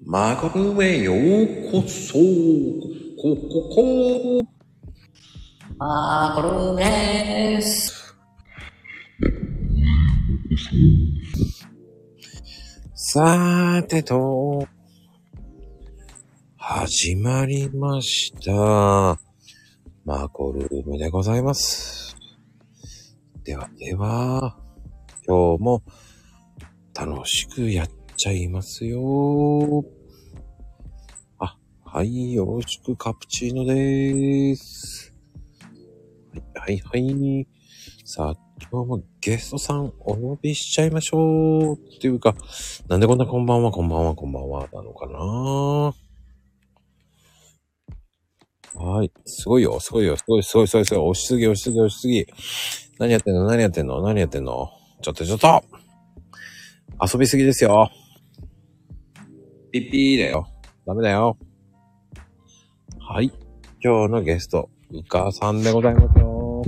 マコルへようこそ。 マコルです。 さてと、始まりました。マコルームでございます。では、今日も楽しくやっちゃいますよ。はい、よろしくカプチーノでーす。はい。さあ、今日もゲストさんお呼びしちゃいましょう。っていうか、なんでこんなこんばんはなのかな。はい。すごいよ。押しすぎ。何やってんのちょっと遊びすぎですよ。ピッピーだよ。ダメだよ。はい。今日のゲスト、うかさんでございますよ。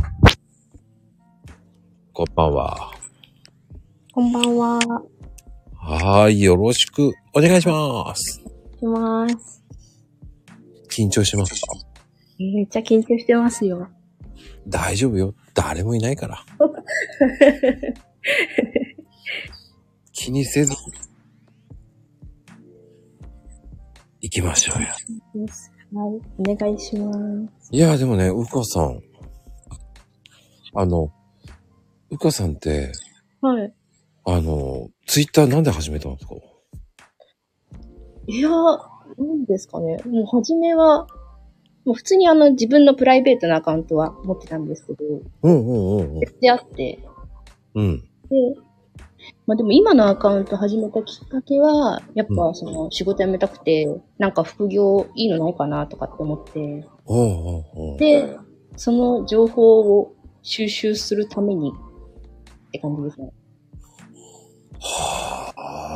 こんばんは。 こんばんは。 はい。よろしくお願いします。 します。 緊張しますか？ めっちゃ緊張してますよ。 大丈夫よ。誰もいないから。気にせず行きましょうよ。 はい、お願いします。 いや、でもね、うかさん。うかさんって、 はい。 ツイッターなんで始めたんですか？ いや、なんですかね。もう初めは、もう普通に自分のプライベートなアカウントは持ってたんですけど、であって、 うん。 で、でも今のアカウント始めたきっかけは、やっぱ仕事辞めたくて、なんか副業いいのないかなとかって思って、で、その情報を収集するためにって感じですね。 は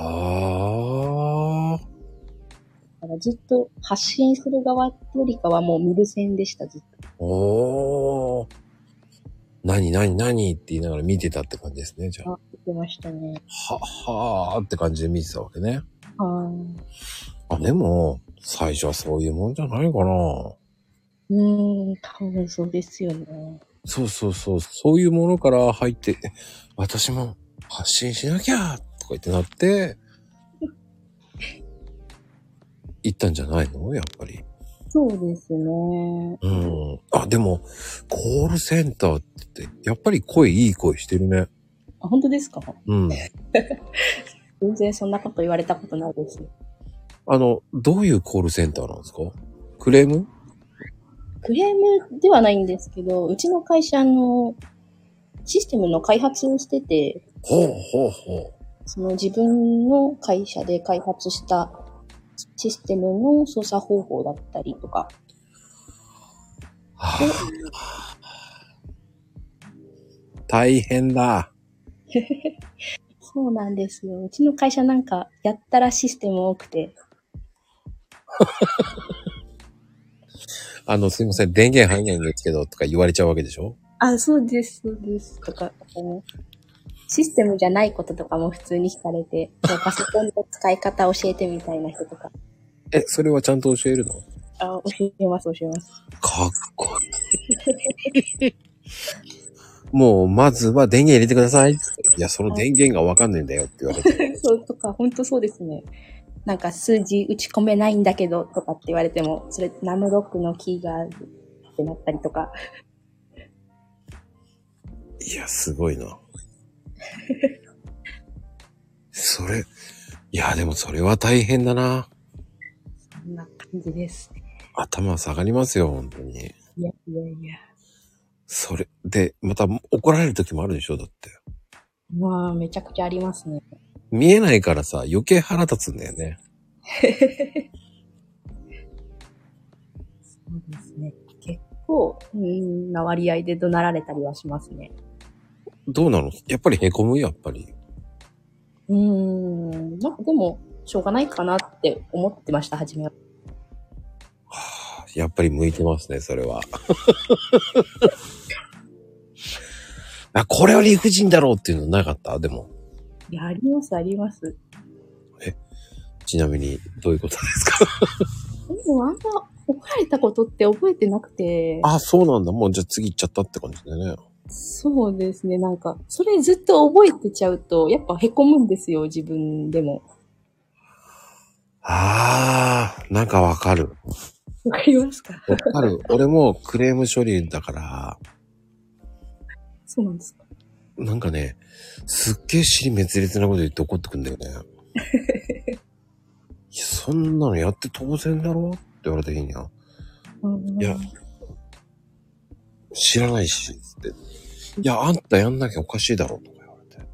あ。 だからずっと発信する側よりかはもう見る線でした、ずっと。 おー。何って言いながら見てたって感じですね、じゃあ。 見てましたね。 はーって感じで見てたわけね。 はい。 でも、最初はそういうもんじゃないかな。 多分そうですよね。 そういうものから入って、私も発信しなきゃとか言ってなって、行ったんじゃないの？やっぱり。 そうですね。 でも、コールセンターって、やっぱりいい声してるね。 あ、本当ですか？ うん。 全然そんなこと言われたことないです。 どういうコールセンターなんですか？クレームではないんですけど、うちの会社のシステムの開発をしてて、その自分の会社で開発したシステムの操作方法だったりとか。 大変だ。 そうなんですよ。うちの会社なんかやったらシステム多くて。 すいません、電源入んないんですけど、とか言われちゃうわけでしょ？ そうです。とか、システムじゃないこととかも普通に聞かれて、パソコンの使い方教えてみたいな人とか。 それはちゃんと教えるの？ 教えます。 かっこいい。もう、まずは電源入れてください。いや、その電源がわかんないんだよって言われて。 そうとか、ほんとそうですね。なんか数字打ち込めないんだけどとかって言われても、それナムロックのキーがあるってなったりとか。 いや、すごいな。でもそれは大変だな。 そんな感じですね。 頭下がりますよ、本当に。 いや。 それ、で、また怒られる時もあるでしょ、だって。 めちゃくちゃありますね。 見えないからさ、余計腹立つんだよね。 そうですね。結構、な割合で怒鳴られたりはしますね。 どうなの？やっぱり凹む？やっぱり。 なんかでも、しょうがないかなって思ってました、初めは。 やっぱり向いてますね、それは。これは理不尽だろうっていうのなかった？でも。 いや、あります。 ちなみに、どういうことですか？ でもあんま怒られたことって覚えてなくて。 あ、そうなんだ。もうじゃあ次行っちゃったって感じだよね。 そうですね。なんか、それずっと覚えてちゃうと、やっぱ凹むんですよ、自分でも。 ああ、なんかわかる。 わかりますか？ わかる。俺もクレーム処理だから、 そうなんですか？ なんかね、すっげえ尻滅裂なこと言って怒ってくんだよね。いや、そんなのやって当然だろって言われた日には、いや、知らないし、つって。いや、あんたやんなきゃおかしいだろとか言われて。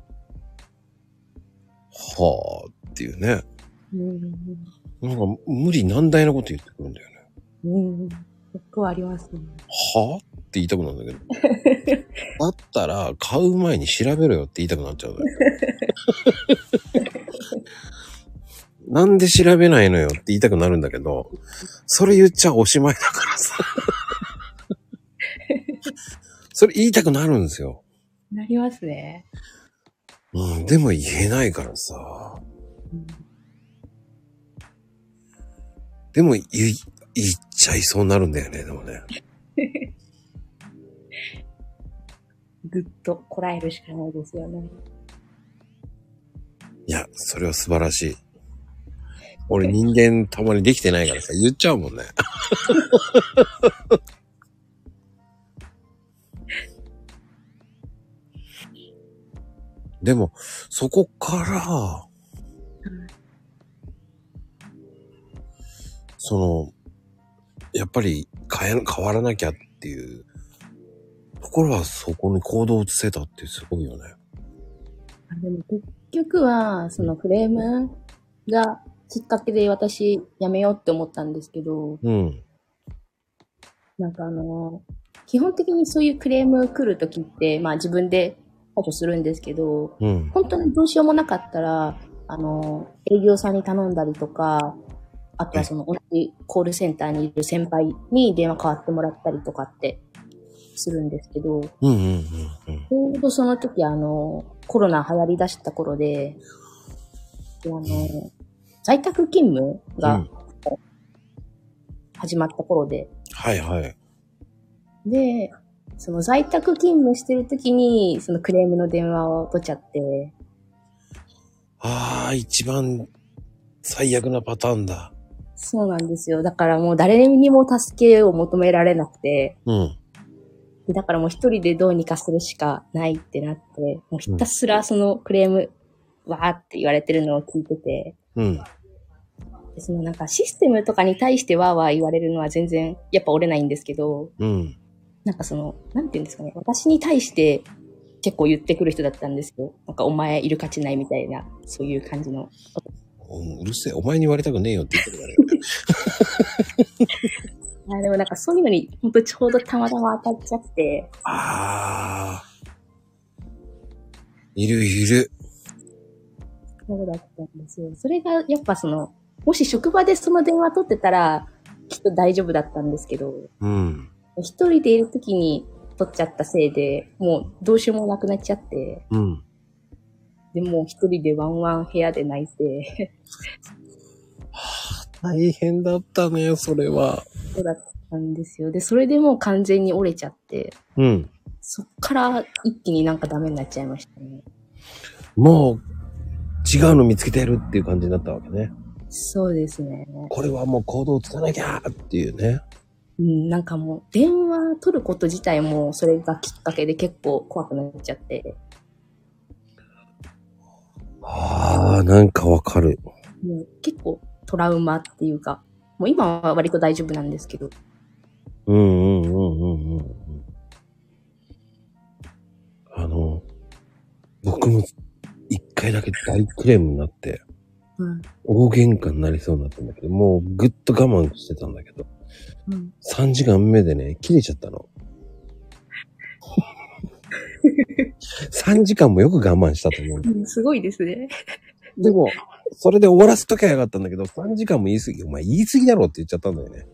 はぁっていうね。なんか無理難題なこと言ってくるんだよね。 結構ありますね。 はぁって言いたくなるんだけど。だったら買う前に調べろよって言いたくなっちゃうのよ。なんで調べないのよって言いたくなるんだけど、それ言っちゃおしまいだからさ。それ言いたくなるんですよ。 なりますね。 うん、でも言えないからさ。でも言っちゃいそうになるんだよね、でもね。 ぐっとこらえるしかないですよね。 いや、それは素晴らしい。俺人間たまにできてないからさ、言っちゃうもんね。でも、そこから、やっぱり変わらなきゃっていうところはそこに行動を移せたってすごいよね。 でも結局は、そのフレームがきっかけで私やめようって思ったんですけど、なんか基本的にそういうクレーム来るときって、まあ自分で対処するんですけど、本当にどうしようもなかったら、営業さんに頼んだりとか、あとはその同じコールセンターにいる先輩に電話代わってもらったりとかってするんですけど、ちょうどその時コロナ流行り出した頃で、在宅勤務が始まった頃で、 はいはい。 で、その在宅勤務してる時に、そのクレームの電話を取っちゃって。 一番最悪なパターンだ。 そうなんですよ。だからもう誰にも助けを求められなくて。だからもう一人でどうにかするしかないってなって、もうひたすらそのクレーム、わーって言われてるのを聞いてて。でそのなんかシステムとかに対してわーわー言われるのは全然やっぱ折れないんですけど、なんかなんて言うんですかね、私に対して結構言ってくる人だったんですよ。なんかお前いる価値ないみたいな、そういう感じの。 うるせえ、お前に言われたくねえよって言ってるからよ。 でもなんかそういうのに本当ちょうどたまたま当たっちゃって。 いるいる。 そうだったんですよ。それがやっぱもし職場でその電話取ってたらきっと大丈夫だったんですけど、一人でいるときに取っちゃったせいで、もうどうしようもなくなっちゃって、でもう一人でワンワン部屋で泣いて大変だったね、それは。 そうだったんですよ。で、それでもう完全に折れちゃって、そっから一気になんかダメになっちゃいましたね。 もう違うの見つけてやるっていう感じになったわけね。 そうですね。 これはもう行動つかなきゃっていうね。 なんかもう電話取ること自体もそれがきっかけで結構怖くなっちゃって。 なんかわかる。 もう結構トラウマっていうか、もう今は割と大丈夫なんですけど。 僕も一回だけ大クレームになって、大喧嘩になりそうになったんだけど、もうぐっと我慢してたんだけど、3時間目でね、切れちゃったの。3時間もよく我慢したと思う。 すごいですね。 でも、それで終わらせときゃよかったんだけど、3時間も言い過ぎ、お前言い過ぎだろって言っちゃったんだよね。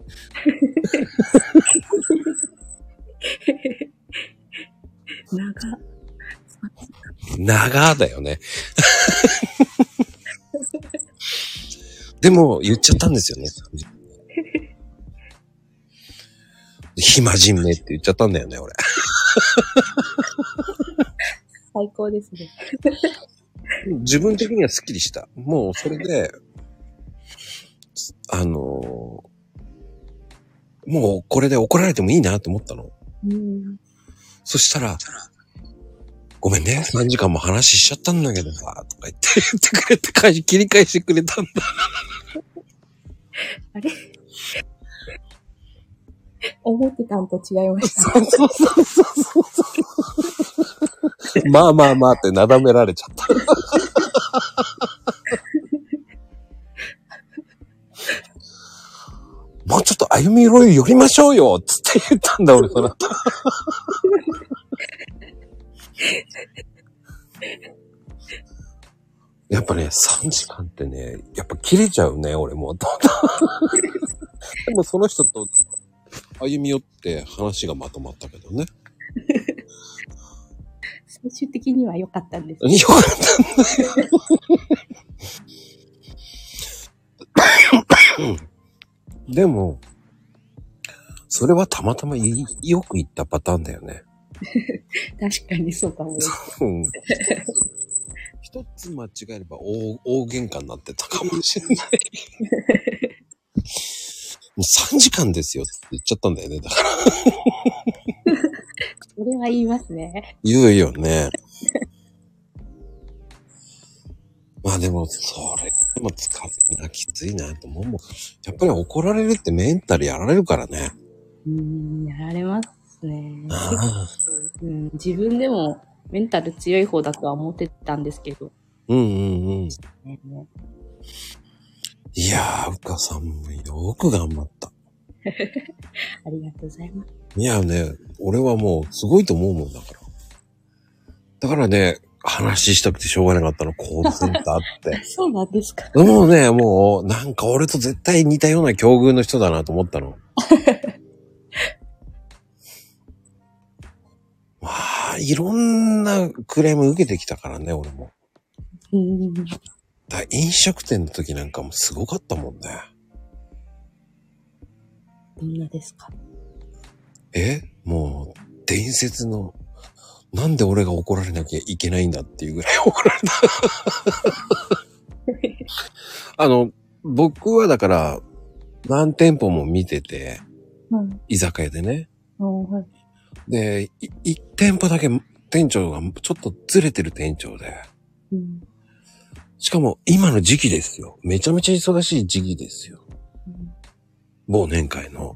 長だよね。 でも、言っちゃったんですよね。暇人めって言っちゃったんだよね、俺。 最高ですね。 自分的にはスッキリした。もう、それで、もうこれで怒られてもいいなと思ったの。そしたら、ごめんね、3時間も話しちゃったんだけどさ、とか言ってくれて、切り返してくれたんだ。 あれ思ってたんと違いました。 そう。まあまあまあってなだめられちゃった。もうちょっと歩み寄りましょうよつって言ったんだ、俺、その後。やっぱね、3時間ってね、やっぱ切れちゃうね、俺も。でもその人と歩み寄って話がまとまったけどね。 最終的には良かったんです。 良かったんだよ。でも、それはたまたまよく言ったパターンだよね。 確かにそうかもね。 一つ間違えれば大喧嘩になってたかもしれない。もう3時間ですよって言っちゃったんだよね、だから。 それは言いますね。 言うよね。まあでも、それでも使うのはきついなと思うもん。やっぱり怒られるってメンタルやられるからね。 やられますね。 あ、 自分でもメンタル強い方だとは思ってたんですけど。 いやー、うかさんもよく頑張った。 ありがとうございます。 いやね、俺はもうすごいと思うもんだから。だからね、話したくてしょうがなかったの、コールセンターって。 そうなんですか。 もうね、もう、なんか俺と絶対似たような境遇の人だなと思ったの。まあ、いろんなクレーム受けてきたからね、俺も。だから飲食店の時なんかもすごかったもんね。 どんなですか？ もう、伝説の、なんで俺が怒られなきゃいけないんだっていうぐらい怒られた。僕はだから、何店舗も見てて、居酒屋でね。で、1店舗だけ店長がちょっとずれてる店長で。しかも今の時期ですよ。めちゃめちゃ忙しい時期ですよ。忘年会の。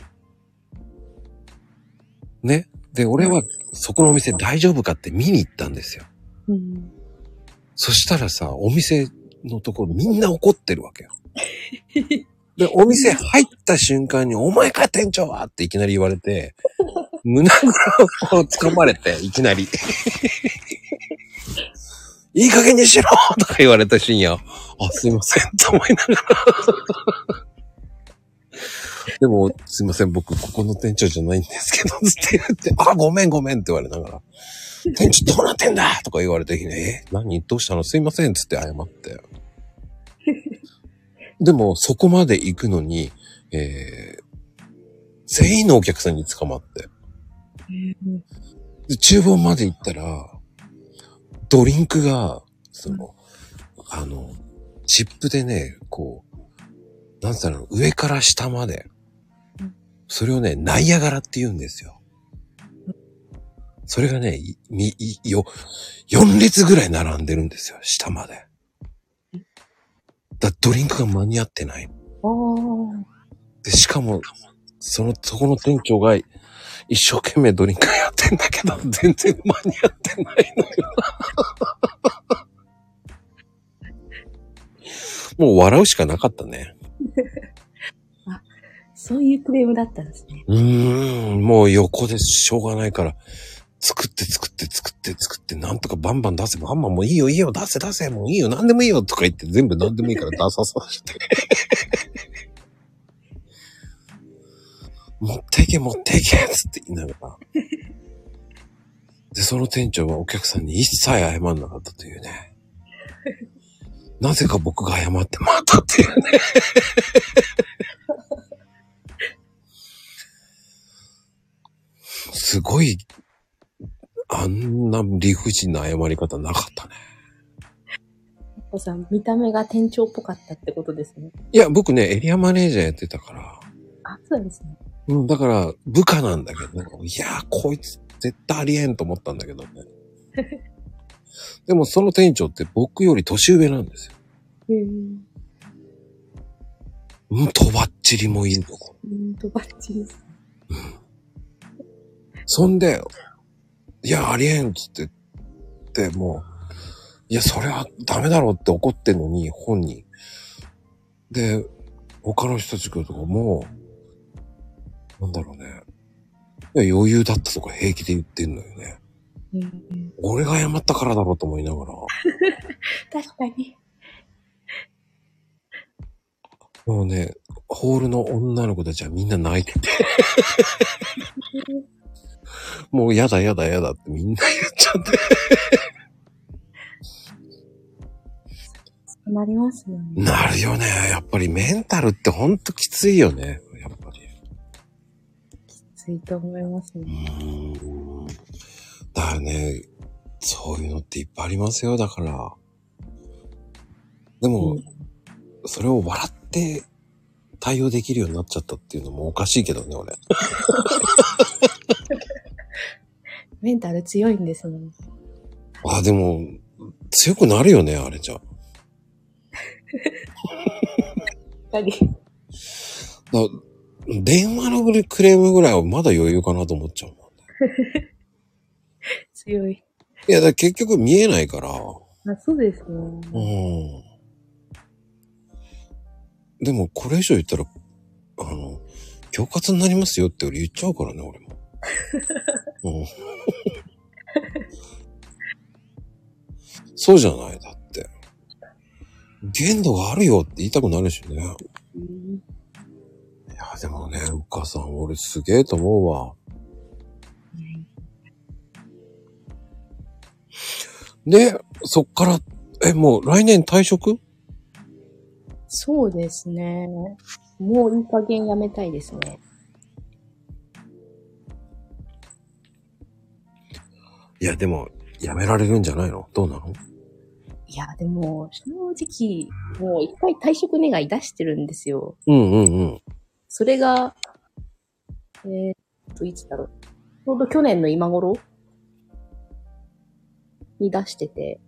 ね。で、俺はそこのお店大丈夫かって見に行ったんですよ。そしたらさ、お店のところみんな怒ってるわけよ。で、お店入った瞬間に、お前か店長はっていきなり言われて、胸ぐらを掴まれて、いきなり。いい加減にしろとか言われた深夜、すいませんと思いながら。でも、すいません、僕、ここの店長じゃないんですけど、って言って、ごめんって言われながら、店長どうなってんだとか言われた日に、何どうしたのすいませんつって謝って。でも、そこまで行くのに、全員のお客さんに捕まって。で厨房まで行ったら、ドリンクが、チップでね、こう、なんつうの、上から下まで、それをね、ナイアガラって言うんですよ。それがね、4列ぐらい並んでるんですよ、下まで。ドリンクが間に合ってない。で、しかも、そこの店長が一生懸命ドリンクやってんだけど、全然間に合ってないのよ。もう笑うしかなかったね。 そういうクレームだったんですね。 もう横でしょうがないから、作って、なんとかバンバン出せ、バンバンもういいよ、出せ、もういいよ、なんでもいいよ、とか言って全部なんでもいいから出させて。持っていけ、つって言いながら。で、その店長はお客さんに一切謝んなかったというね。 なぜか僕が謝ってまたっていうね。すごい、あんな理不尽な謝り方なかったね。 お子さん、見た目が店長っぽかったってことですね。 いや、僕ね、エリアマネージャーやってたから。 あ、そうですね。 うん、だから、部下なんだけど、いやー、こいつ、絶対ありえんと思ったんだけどね。でも、その店長って僕より年上なんですよ。うん、とばっちりもいいとこ。 とばっちりです。 うん。そんで、いや、ありえんっつって、もう、いや、それはダメだろうって怒ってんのに、本人。で、他の人たちとかも、なんだろうね。いや、余裕だったとか平気で言ってんのよね。俺が謝ったからだろうと思いながら。 確かに。 もうね、ホールの女の子たちはみんな泣いてて。もうやだやだやだってみんな言っちゃって。 なりますよね。 なるよね。やっぱりメンタルってほんときついよね。やっぱり。 きついと思いますね。 だからね、そういうのっていっぱいありますよ。だから。でも、それを笑って対応できるようになっちゃったっていうのもおかしいけどね、俺。 メンタル強いんですね。 あ、でも、強くなるよね、あれじゃ。電話のクレームぐらいはまだ余裕かなと思っちゃうもんね。 強い。 いや、だから結局見えないから。 あ、そうですね。 でもこれ以上言ったら、恐喝になりますよって俺言っちゃうからね、俺も。そうじゃない、だって。限度があるよって言いたくなるしね。いや、でもね、お母さん、俺すげえと思うわ。で、そっから、もう来年退職？ そうですね。もういい加減やめたいですね。 いや、でも、やめられるんじゃないの？どうなの？ いや、でも、正直、もう一回退職願い出してるんですよ。それが、いつだろう。ちょうど去年の今頃に出してて。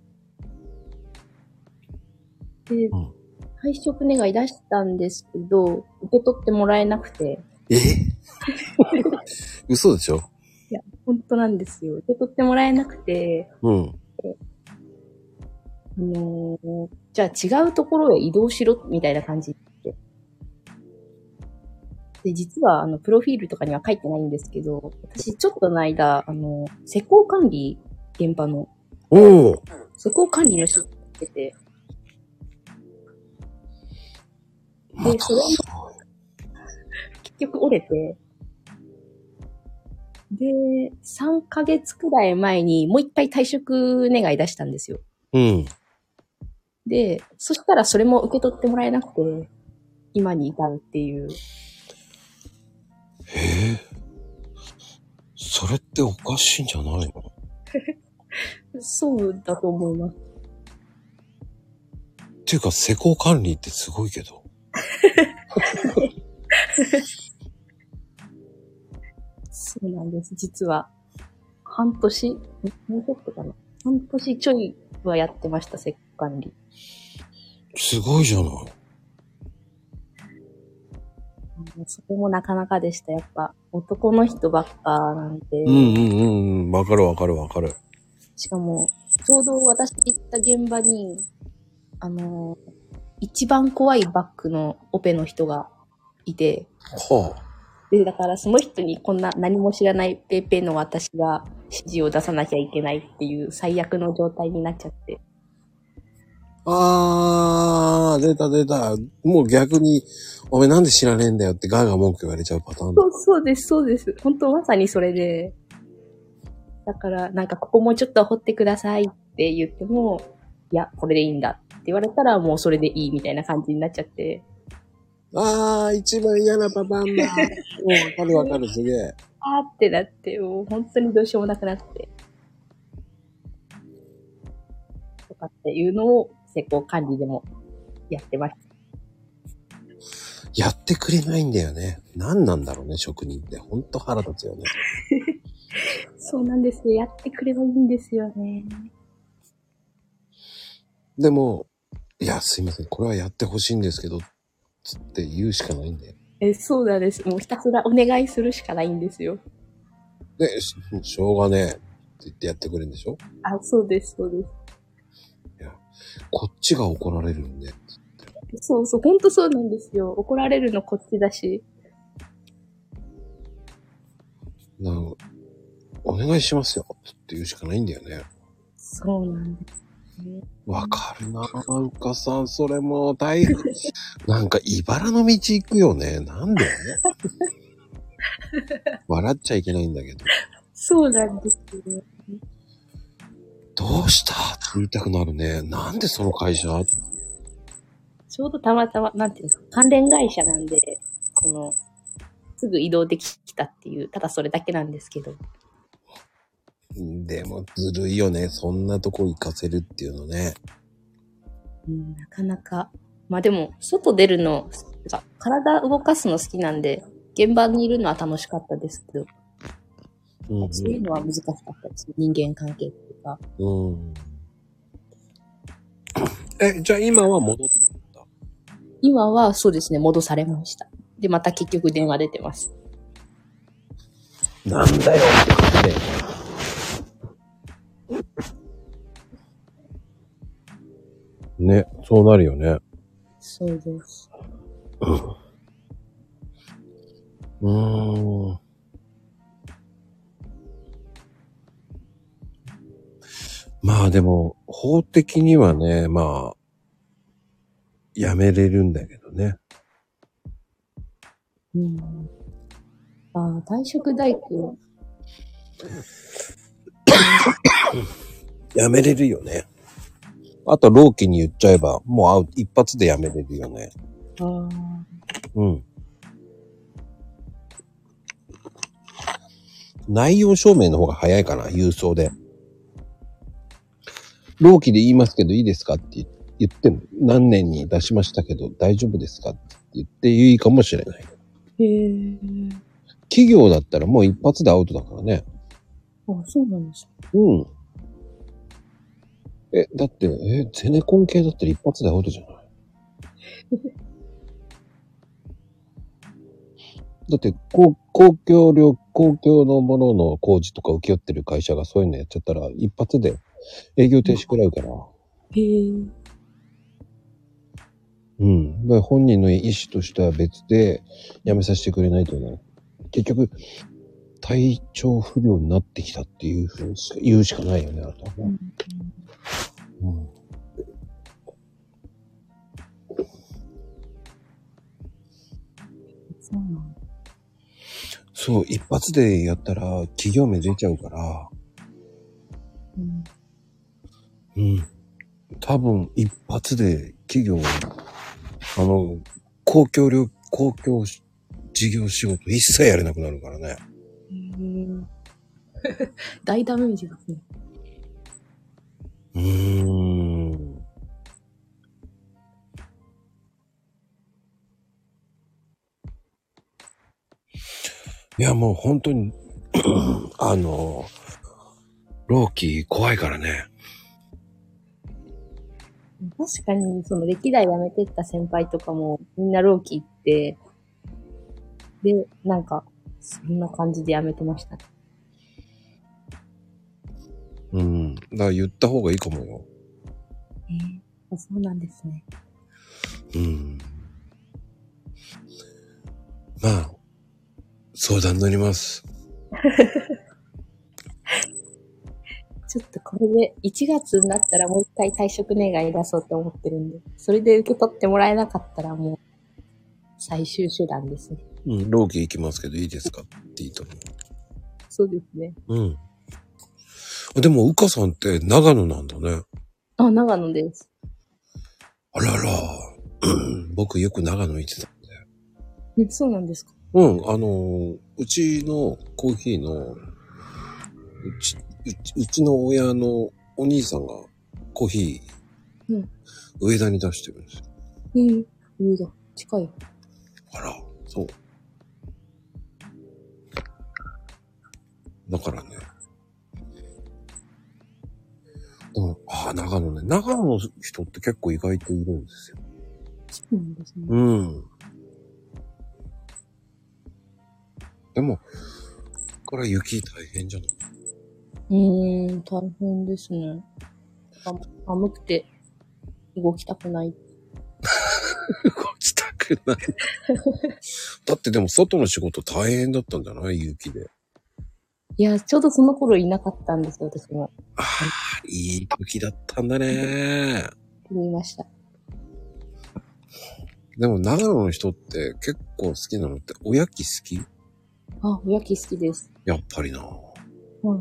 で、退職願い出したんですけど、受け取ってもらえなくて。 嘘でしょ？ いや、本当なんですよ。受け取ってもらえなくて。じゃあ違うところへ移動しろ、みたいな感じで。で、実は、プロフィールとかには書いてないんですけど、私、ちょっとの間、施工管理、現場の。施工管理の仕事をしてて。で、それも、結局折れて、で、3ヶ月くらい前にもう一回退職願い出したんですよ。で、そしたらそれも受け取ってもらえなくて、今に至るっていう。 それっておかしいんじゃないの？ そうだと思います。 っていうか、施工管理ってすごいけど。 そうなんです。実は、半年、もうちょっとかな。半年ちょいはやってました、施工管理。 すごいじゃない。 それもなかなかでした。やっぱ、男の人ばっかなんで。 わかるわかるわかる。 しかも、ちょうど私行った現場に、一番怖いバッグのオペの人がいて。で、だからその人にこんな何も知らないペーペーの私が指示を出さなきゃいけないっていう最悪の状態になっちゃって。 出た。もう逆に、お前なんで知らねえんだよってガーガー文句言われちゃうパターンだ。 そうです。本当まさにそれで。だから、なんかここもちょっと掘ってくださいって言っても、いや、これでいいんだって言われたらもうそれでいいみたいな感じになっちゃって。 ああ、一番嫌なパターンだ。もうわかる、すげえ。 あーってなって、もう本当にどうしようもなくなって。とかっていうのを施工管理でもやってました。 やってくれないんだよね。何なんだろうね、職人って。ほんと腹立つよね。 そうなんですよ。やってくればいいんですよね。 でも、いや、すいません、これはやってほしいんですけど、つって言うしかないんだよ。 そうなんです。もうひたすらお願いするしかないんですよ。 で、しょうがねえって言ってやってくれるんでしょ？ あ、そうです、そうです。 いや、こっちが怒られるんで。 そうそう、ほんとそうなんですよ。怒られるのこっちだし。 お願いしますよって言うしかないんだよね。 そうなんですね。 わかるなぁ、うかさん。それも大変。なんか、茨の道行くよね。なんで笑っちゃいけないんだけど。 そうなんですよ。 どうしたって言いたくなるね。なんでその会社？ ちょうどたまたま、なんていうんですか、関連会社なんで、すぐ移動できたっていう、ただそれだけなんですけど。 でも、ずるいよね。そんなとこ行かせるっていうのね。 なかなか。まあでも、外出るの、体動かすの好きなんで、現場にいるのは楽しかったですけど、そういうのは難しかったです。人間関係とか。 じゃあ今は戻ってるんだ？ 今はそうですね、戻されました。で、また結局電話出てます。 なんだよって感じで。ね、そうなるよね。 そうです。 まあでも、法的にはね、まあ、やめれるんだけどね。 退職代行。 やめれるよね。あと、労基に言っちゃえば、もう一発でやめれるよね。内容証明の方が早いかな、郵送で。労基で言いますけどいいですかって言っても、何年に出しましたけど大丈夫ですかって言っていいかもしれない。企業だったらもう一発でアウトだからね。 あ、そうなんですか。 だって、ゼネコン系だったら一発でアウトじゃない？だって、公共のものの工事とか請け負ってる会社がそういうのやっちゃったら、一発で営業停止食らうから。だから本人の意思としては別で辞めさせてくれないとね。結局、体調不良になってきたっていうふうに言うしかないよね、あとはね。そう、一発でやったら企業名出ちゃうから、多分一発で企業、公共事業仕事一切やれなくなるからね。 大ダメージですね。 いや、もう本当に、労基怖いからね。 確かに、歴代辞めてった先輩とかも、みんな労基行って、で、なんか、そんな感じで辞めてましたね。 だから言った方がいいかもよ。 そうなんですね。 まあ、相談になります。 ちょっとこれで1月になったらもう一回退職願い出そうと思ってるんで、それで受け取ってもらえなかったらもう最終手段ですね。 労基行きますけどいいですかっていいと思う。 そうですね。 でも、うかさんって長野なんだね。 あ、長野です。 あらら。僕よく長野行ってたんで。 そうなんですか？ うん、うちのコーヒーの、うちの親のお兄さんがコーヒー、上田に出してるんですよ。 上田。近い。 あら、そう。だからね。長野ね。長野の人って結構意外といるんですよ。 そうなんですね。 うん。でも、ここから雪大変じゃない？ 大変ですね。寒くて動きたくない。 動きたくない。だってでも外の仕事大変だったんじゃない？雪で。 いや、ちょうどその頃いなかったんですよ、私も。 ああ、いい時だったんだね。 見ました。 でも長野の人って結構好きなのっておやき好き？ おやき好きです。 やっぱりな。 うん。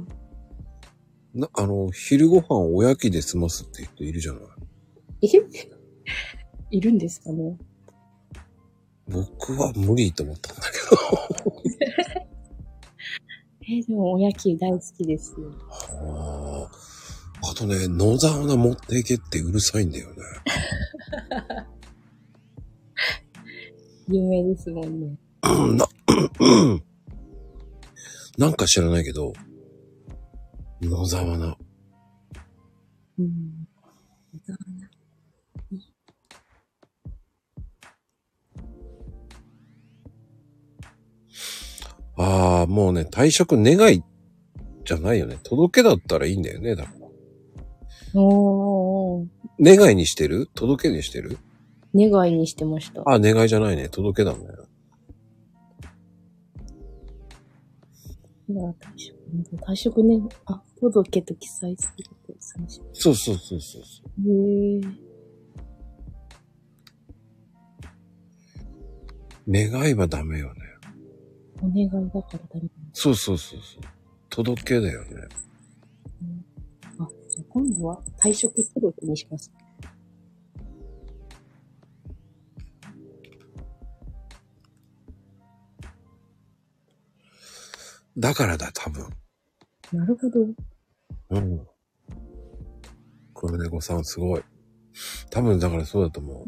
昼ご飯おやきで済ますって人いるじゃない？ いるんですかね？ 僕は無理と思ったんだけど。 でもおやき大好きですよ。 あとね、野沢菜持っていけってうるさいんだよね。 有名ですもんね。 なんか知らないけど、野沢菜。 野沢菜。 もうね、退職願いじゃないよね。届けだったらいいんだよね、だから。願いにしてる？届けにしてる？ 願いにしてました。 願いじゃないね。届けだね。 退職ね。届けと記載すると最初。 そう。願いはダメよね。 お願いだからダメ。 そう。届けだよね。 じゃあ今度は退職届にします。 だからだ、多分。 なるほど。 黒猫さんすごい。多分だからそうだと思う。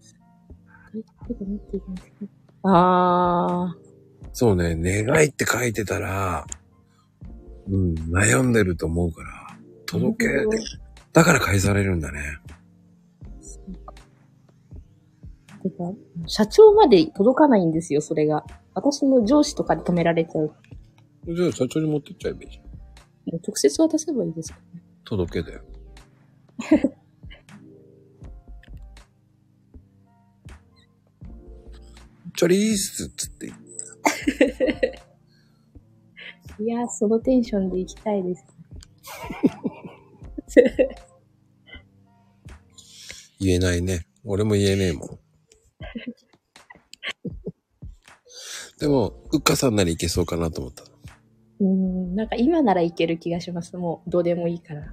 そうね、願いって書いてたら、悩んでると思うから、届け、だから返されるんだね。 てか、社長まで届かないんですよ、それが。私の上司とかで止められちゃう。 じゃあ社長に持ってっちゃえばいいじゃん。 直接渡せばいいですかね。 届けだよ。チョリースっつって。 いやー、そのテンションで行きたいです。 言えないね。俺も言えねえもん。でも、うっかさんならいけそうかなと思った。 なんか今ならいける気がします。もうどうでもいいから。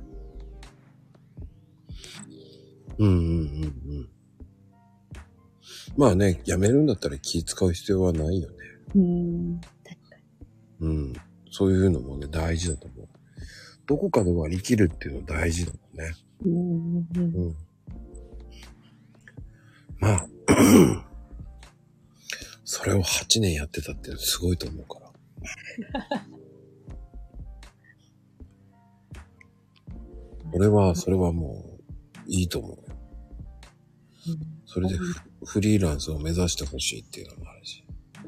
まあね、やめるんだったら気使う必要はないよね。 確かに。そういうのもね、大事だと思う。どこかで割り切るっていうの大事だもんね。まあ、それを8年やってたってすごいと思うから。それはもういいと思うよ。それでフリーランスを目指してほしいっていうのもあるし。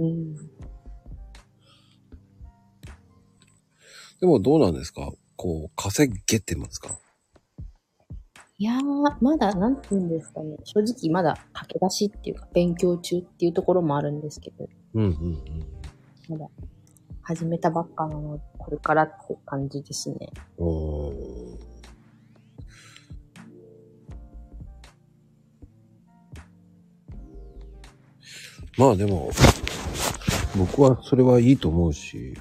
でもどうなんですか？稼げてますか？ いやー、まだ、なんて言うんですかね。正直まだ駆け出しっていうか、勉強中っていうところもあるんですけど。まだ、始めたばっかなので、これからって感じですね。 まあでも、僕はそれはいいと思うし、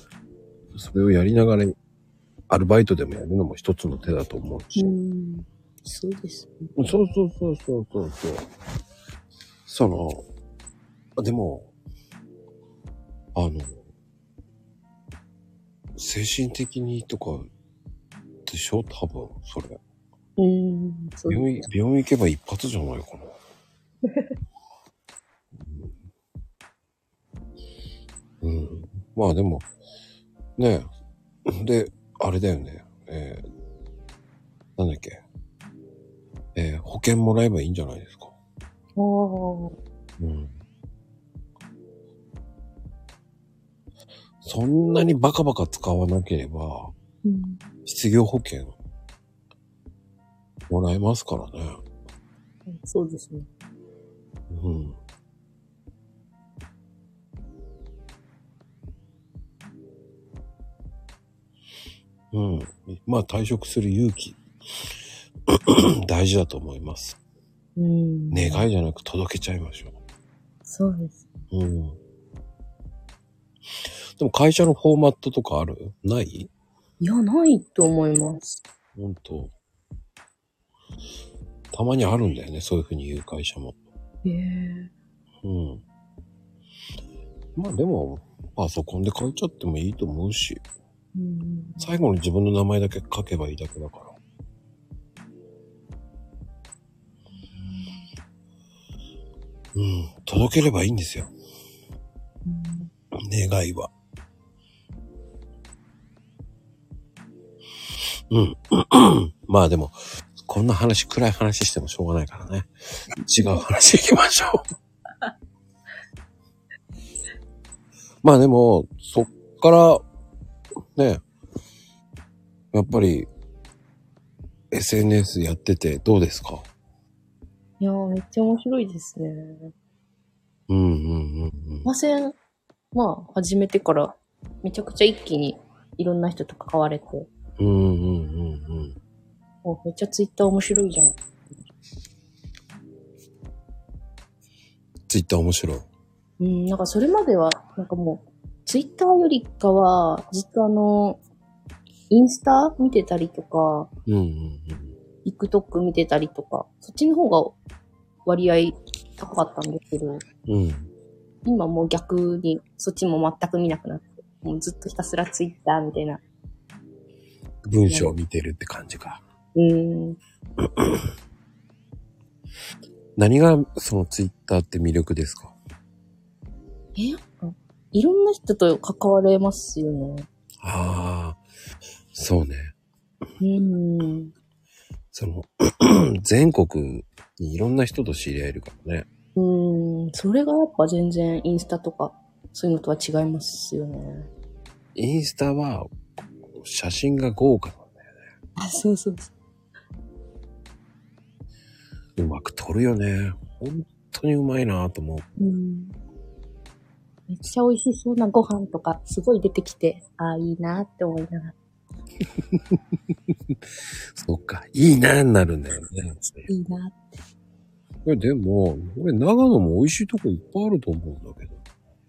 それをやりながら、アルバイトでもやるのも一つの手だと思うし。 そうです。 そうそうそうそうそうそう。でも、精神的にとかでしょ多分、それ。 そう病院行けば一発じゃないかな。うん。まあでも、ねえ。で、あれだよね。なんだっけ。保険もらえばいいんじゃないですか。うん。そんなにバカバカ使わなければ、失業保険もらえますからね。 そうですね。 うん。うん。まあ退職する勇気大事だと思います。願いじゃなく届けちゃいましょう。 そうです。 うん。でも会社のフォーマットとかある？ない？いや、ないと思います。 ほんと。たまにあるんだよね、そういう風に言う会社も。 へえ。 うん。まあでも、パソコンで書いちゃってもいいと思うし。最後に自分の名前だけ書けばいいだけだから。うん。届ければいいんですよ。願いは。うん。まあでも、こんな話、暗い話してもしょうがないからね。違う話行きましょう。まあでも、そっから、ね、やっぱり、SNS やっててどうですか？ いやー、めっちゃ面白いですね。まあ、始めてから、めちゃくちゃ一気にいろんな人と関われて。めっちゃツイッター面白いじゃん。 ツイッター面白い。 なんかそれまでは、なんかもう、ツイッターよりかは、ずっとインスタ見てたりとか、TikTok 見てたりとか、そっちの方が割合高かったんですけど、今もう逆にそっちも全く見なくなって、もうずっとひたすらツイッターみたいな。 文章を見てるって感じか。何がそのツイッターって魅力ですか？ いろんな人と関われますよね。 ああ、そうね。全国にいろんな人と知り合えるからね。 それがやっぱ全然インスタとか、そういうのとは違いますよね。 インスタは、写真が豪華なんだよね。 そうそう。 うまく撮るよね。本当にうまいなと思う。 めっちゃ美味しそうなご飯とかすごい出てきて、いいなって思いながら。 そっか、いいなになるんだよね。 いいなって。 でも、俺長野も美味しいとこいっぱいあると思うんだけど。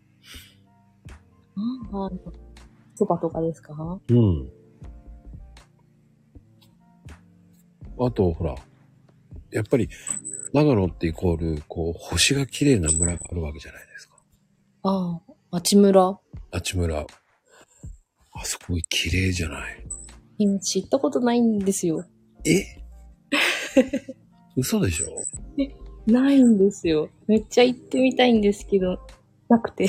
そばとかですか？ あと、ほら、やっぱり、長野ってイコール、星が綺麗な村があるわけじゃないですか。 あちむら。 あちむら。あそこ綺麗じゃない？ 今知ったことないんですよ。 嘘でしょ？ ないんですよ。めっちゃ行ってみたいんですけど、なくて。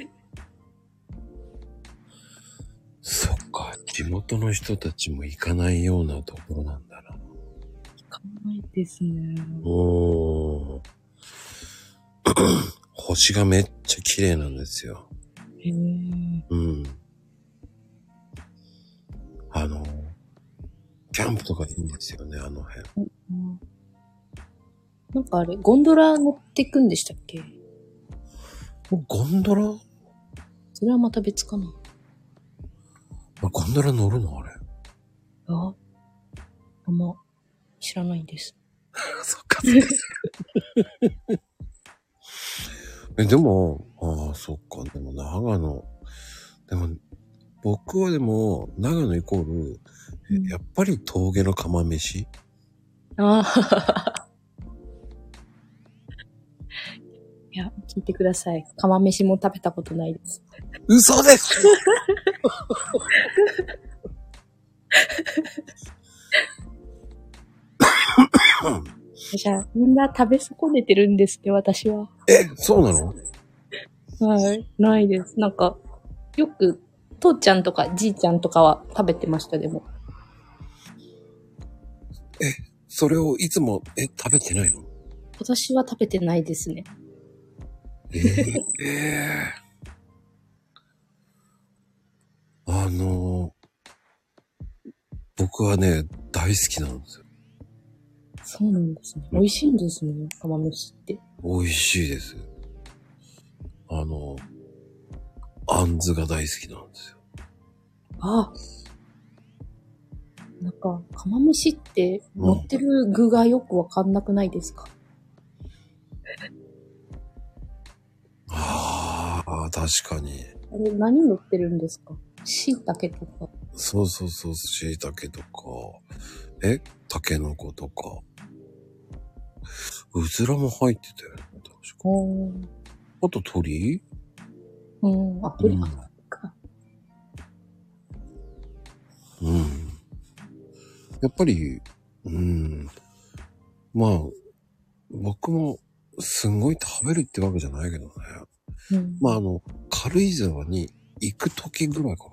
そっか、地元の人たちも行かないようなところなんだな。行かないですね。 星がめっちゃ綺麗なんですよ。 へー。 キャンプとかいいんですよね、あの辺。 なんかあれ、ゴンドラ乗ってくんでしたっけ？ ゴンドラ？ それはまた別かな。 ゴンドラ乗るのあれ？ あんま知らないです。 そっか、そっか。でも、そっか、でも長野。でも、僕はでも、長野イコール、やっぱり峠の釜飯。 ああ。いや、聞いてください。釜飯も食べたことないです。 嘘ですじゃあ、みんな食べ損ねてるんですって、私は。 そうなの？ はい。ないです。なんか、よく、父ちゃんとかじいちゃんとかは食べてました、でも。 それをいつも、食べてないの？ 私は食べてないですね。 僕はね、大好きなんですよ。 そうなんですね。美味しいんですね、釜飯って。 美味しいです。あんずが大好きなんですよ。 あ、なんか、釜飯って乗ってる具がよくわかんなくないですか？ ああ、確かに。 あれ、何乗ってるんですか？椎茸とか。 そうそうそう、椎茸とか、タケノコとか。うずらも入ってたよね、確か。あと鳥？ あ、鳥か。 やっぱり、まあ、僕もすんごい食べるってわけじゃないけどね。まあ軽井沢に行く時ぐらいか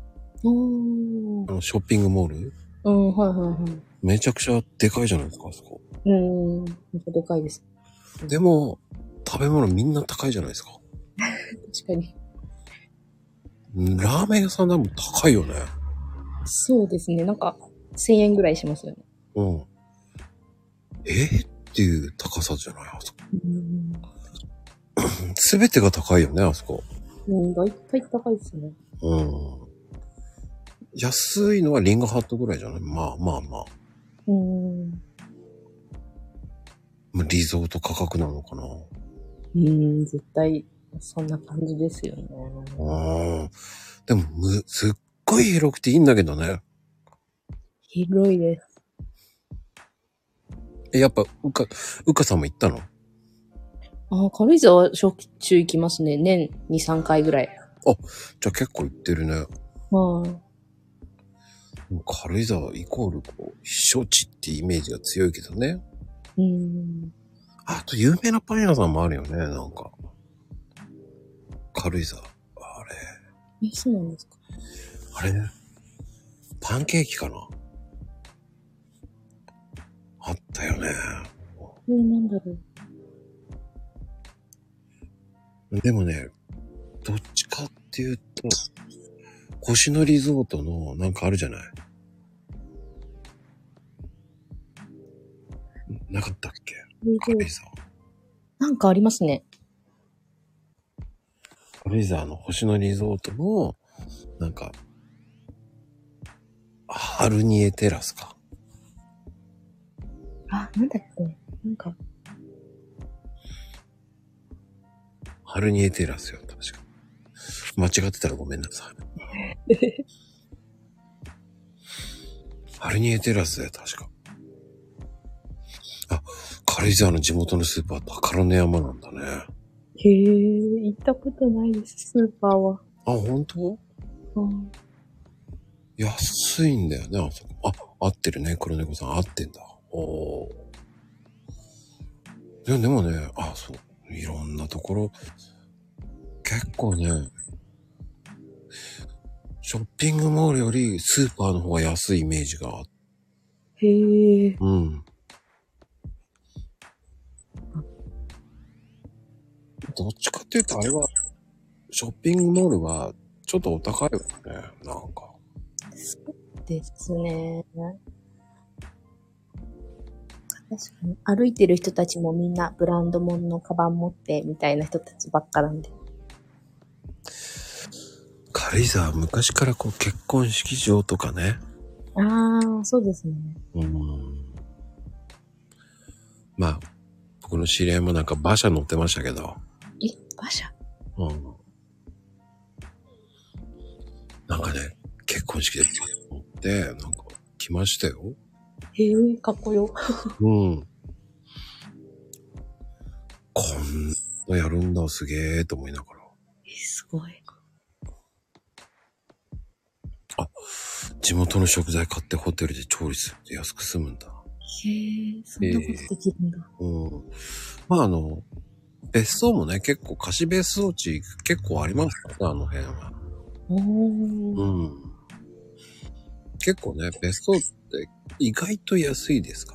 な。ショッピングモール？ はいはいはい。 めちゃくちゃでかいじゃないですか、あそこ。 めっちゃでかいです。 でも、食べ物みんな高いじゃないですか。 確かに。 ラーメン屋さんでも高いよね。 そうですね。なんか、1000円ぐらいしますよね。 っていう高さじゃない、あそこ。すべてが高いよね、あそこ。 大体高いですね。 安いのはリンゴハットぐらいじゃない？まあ。リゾート価格なのかな？ 絶対、そんな感じですよね。 でも、すっごい広くていいんだけどね。 広いです。 やっぱ、うかさんも行ったの？ 軽井沢しょっちゅう行きますね。年2、3回ぐらい。 じゃあ結構行ってるね。軽井沢イコール、避暑地ってイメージが強いけどね。あと有名なパン屋さんもあるよね、なんか。軽井沢。あれ。 そうなんですか。 あれね。パンケーキかな？あったよね。 なんだろう。でもね、どっちかっていうと、星野リゾートのなんかあるじゃない？なかったっけ？軽井沢。 なんかありますね。 軽井沢の星野リゾートの、なんか、ハルニエテラスか。 なんだっけ？なんか。 ハルニエテラスよ、確か。間違ってたらごめんなさい。ハルニエテラスだよ、確か。軽井沢の地元のスーパー、宝の山なんだね。 行ったことないです、スーパーは。 本当？安いんだよね、あそこ。合ってるね、黒猫さん、合ってんだ。でもね、そう。いろんなところ、結構ね、ショッピングモールよりスーパーの方が安いイメージがあって。どっちかっていうと、あれは、ショッピングモールは、ちょっとお高いよね、なんか。 そうですね。確かに。歩いてる人たちもみんなブランド物のカバン持って、みたいな人たちばっかなんで。 軽井沢、昔から結婚式場とかね。 そうですね。 まあ、僕の知り合いもなんか馬車乗ってましたけど。 馬車？なんかね、結婚式で乗って、なんか来ましたよ。 へえ、かっこよ。 うん。こんなやるんだ、すげーと思いながら。 すごい。 あ、地元の食材買ってホテルで調理するって安く済むんだ。 へえ、そんなことできるんだ。 うん。まあ別荘もね、結構貸し別荘地結構ありますからね、あの辺は。 おー。 うん。結構ね、別荘って意外と安いですから。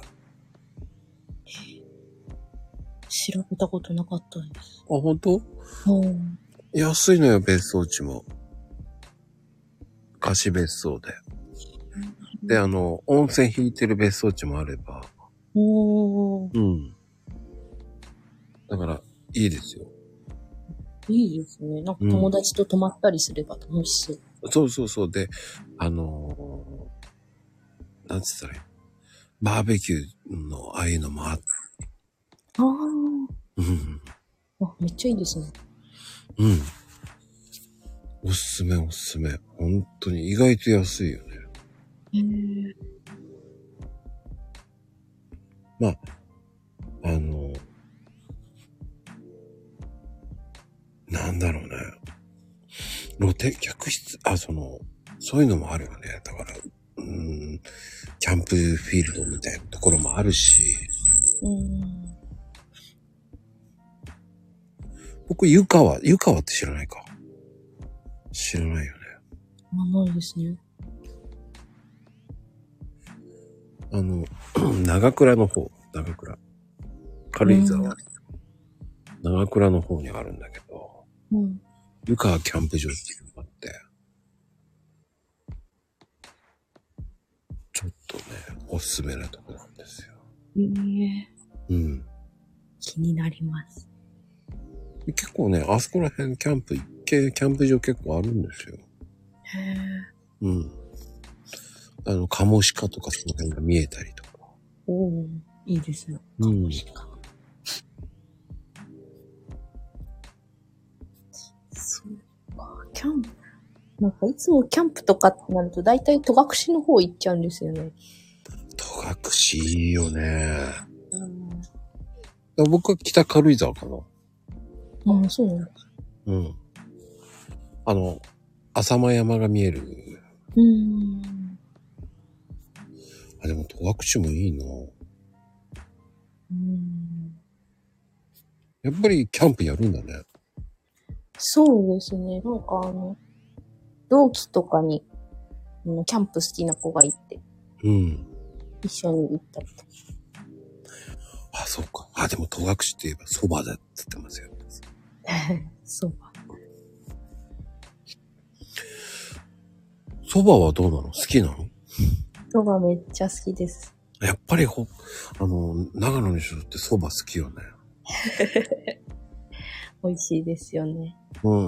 調べたことなかったです。 あ、本当？ うん。 安いのよ、別荘地も。貸し別荘で。で、温泉引いてる別荘地もあれば。 おー。 うん。だから、いいですよ。 いいですね。なんか友達と泊まったりすれば楽しそう。 そうそうそう。で、なんつったらいい？バーベキューのああいうのもあって。 ああ。 うん。 あ、めっちゃいいですね。 うん。おすすめおすすめ。本当に意外と安いよね。 へえ。 まあ、なんだろうね。客室、そういうのもあるよね。だから、キャンプフィールドみたいなところもあるし。僕、湯川って知らないか。知らないよね。 ないですね。 長倉の方。軽井沢。長倉の方にあるんだけど。 うん。 湯川キャンプ場っていうのがあって。ちょっとね、おすすめなとこなんですよ。うん。 気になります。 結構ね、あそこら辺キャンプ場結構あるんですよ。 へえ。 うん。カモシカとかその辺が見えたりとか。 おー、いいですよ。カモシカ。そうか、キャンプ。なんかいつもキャンプとかってなると大体戸隠の方行っちゃうんですよね。 戸隠いいよね。僕は北軽井沢かな。 ああ、そうなんです。 うん。浅間山が見える。でも戸隠もいいな。やっぱりキャンプやるんだね。 そうですね。なんか同期とかに、キャンプ好きな子がいて。 うん。 一緒に行ったりとか。 あ、そうか。あ、でも戸隠って言えば蕎麦だって言ってますよ。 蕎麦。 蕎麦はどうなの？好きなの？ 蕎麦めっちゃ好きです。 やっぱり長野の人って蕎麦好きよね。 美味しいですよね。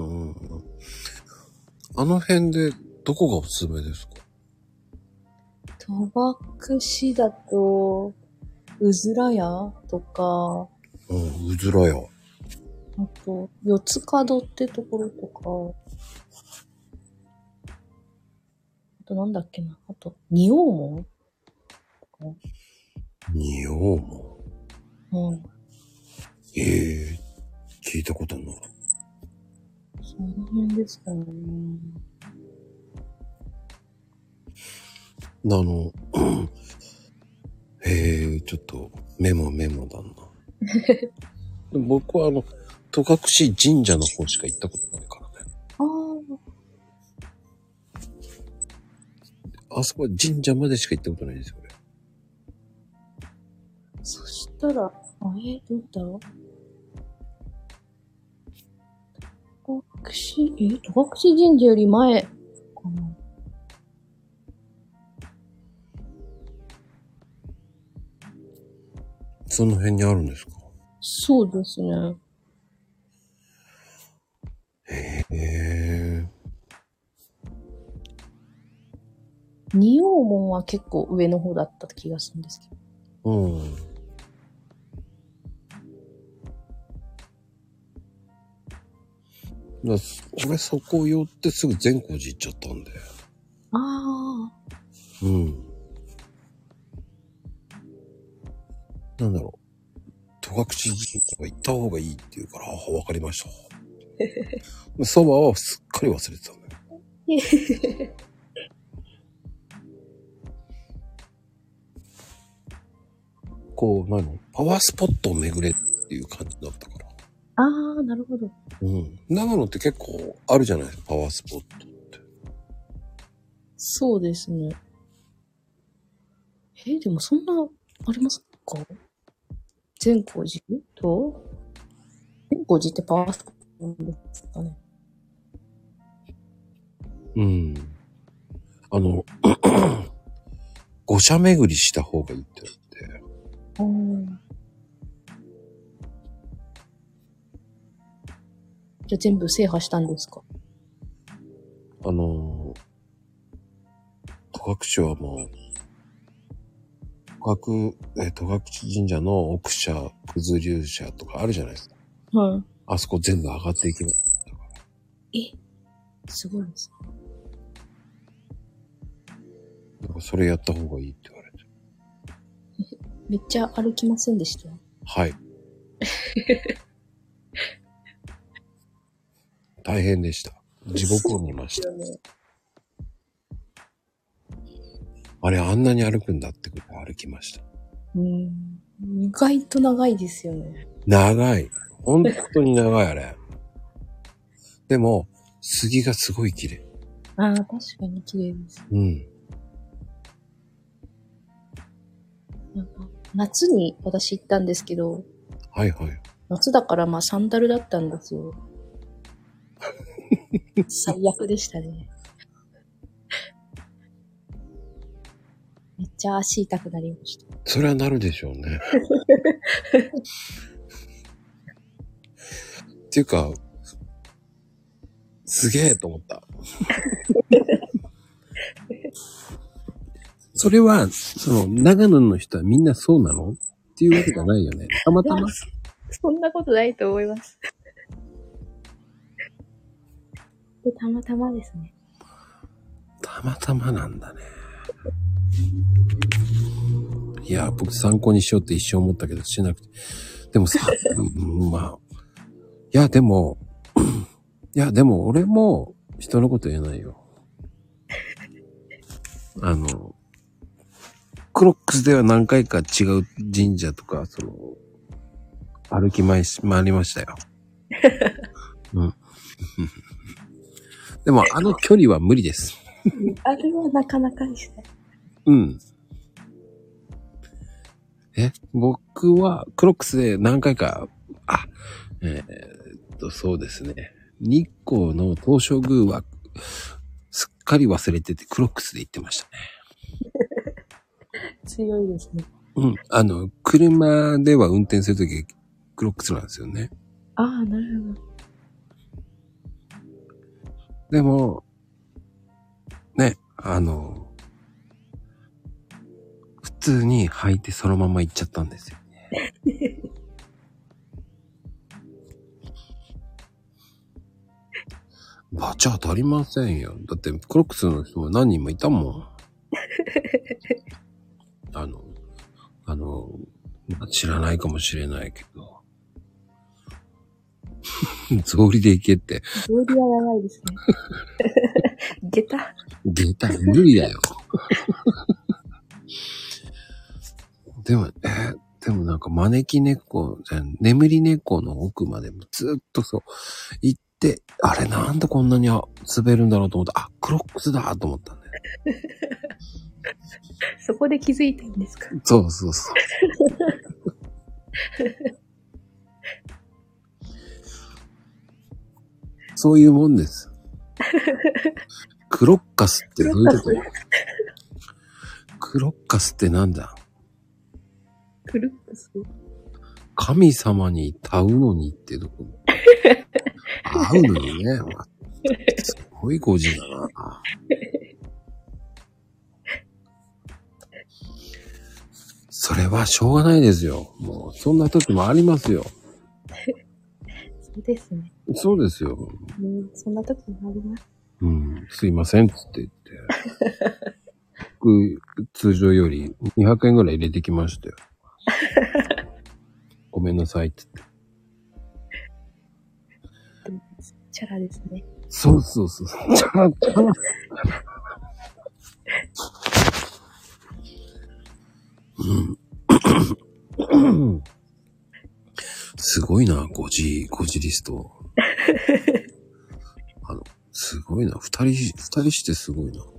あの辺でどこがおすすめですか？ 戸隠だと、うずら屋とか、 うずら屋。 あと、四つ角ってところとか、あとなんだっけな、あと、仁王門仁王門。聞いたことない。 その辺ですかね。 ちょっとメモだな。僕は戸隠神社の方しか行ったことないからね。あそこは神社までしか行ったことないですよ、俺。 そしたら、どうだろう。戸隠神社より前かな。 その辺にあるんですか？ そうですね。仁王門は結構上の方だった気がするんですけど。 俺そこ寄ってすぐ善光寺行っちゃったんで。 なんだろう、戸隠神社行った方がいいって言うから、ああ、わかりました。そばはすっかり忘れてたんだよ。こう、パワースポットを巡れっていう感じだったから。 ああ、なるほど。 うん。長野って結構あるじゃないですか、パワースポットって。 そうですね。でもそんな、ありますか？善光寺と善光寺ってパワースポットなんですかね。 うん。御社巡りした方がいいって言って。 じゃあ全部制覇したんですか？ 戸隠はもう、戸隠神社の奥社、九頭龍社とかあるじゃないですか。 はい。 あそこ全部上がっていきます。 すごいですね。 だからそれやった方がいいって言われて。 めっちゃ歩きませんでした？ はい。大変でした。地獄を見ました。あれ、あんなに歩くんだってこと歩きました。 意外と長いですよね。 長い。本当に長い、あれ。でも、杉がすごい綺麗。 ああ、確かに綺麗です。 うん。 なんか夏に私行ったんですけど。 はいはい。 夏だからまあサンダルだったんですよ。最悪でしたね。めっちゃ足痛くなりました。 それはなるでしょうね。っていうか、すげえと思った。それは、長野の人はみんなそうなのっていうわけじゃないよね。たまたま。 そんなことないと思います。で、たまたまですね。 たまたまなんだね。いや、僕参考にしようって一生思ったけどしなくて。でもさ、まあ。いや、でも俺も人のこと言えないよ。クロックスでは何回か違う神社とか、歩き回りましたよ。うん。でも、距離は無理です。 あれはなかなかですね。 うん。僕はクロックスで何回か、そうですね。日光の東照宮はすっかり忘れててクロックスで行ってましたね。 強いですね。 うん。車では運転するときクロックスなんですよね。 ああ、なるほど。 でも、ね、普通に履いてそのまま行っちゃったんですよね。バチ当たりませんよ。だってクロックスの人も何人もいたもん。知らないかもしれないけど。草履で行けって。 草履はやばいですね。下駄無理だよ。でもなんか招き猫じゃん、眠り猫の奥までもずっとそう行って、あれなんでこんなに滑るんだろうと思った。クロックスだと思ったんだよ。 そこで気づいたんですか？ そうそうそう。そういうもんです。クロッカスってどういうこと？クロッカスってなんだ？ クロッカス？ 神様に会うのにってどこ？会うのにね。すごい語字だな。それはしょうがないですよ。もう、そんな時もありますよ。 そうですね。 そうですよ。 そんな時もあります。 うん。すいません、つって言って。僕、通常より200円ぐらい入れてきましたよ。 ごめんなさいってでもチャラですね。 そうそうそう。チャラチャラ。すごいな、5時リスト。すごいな。二人してすごいな。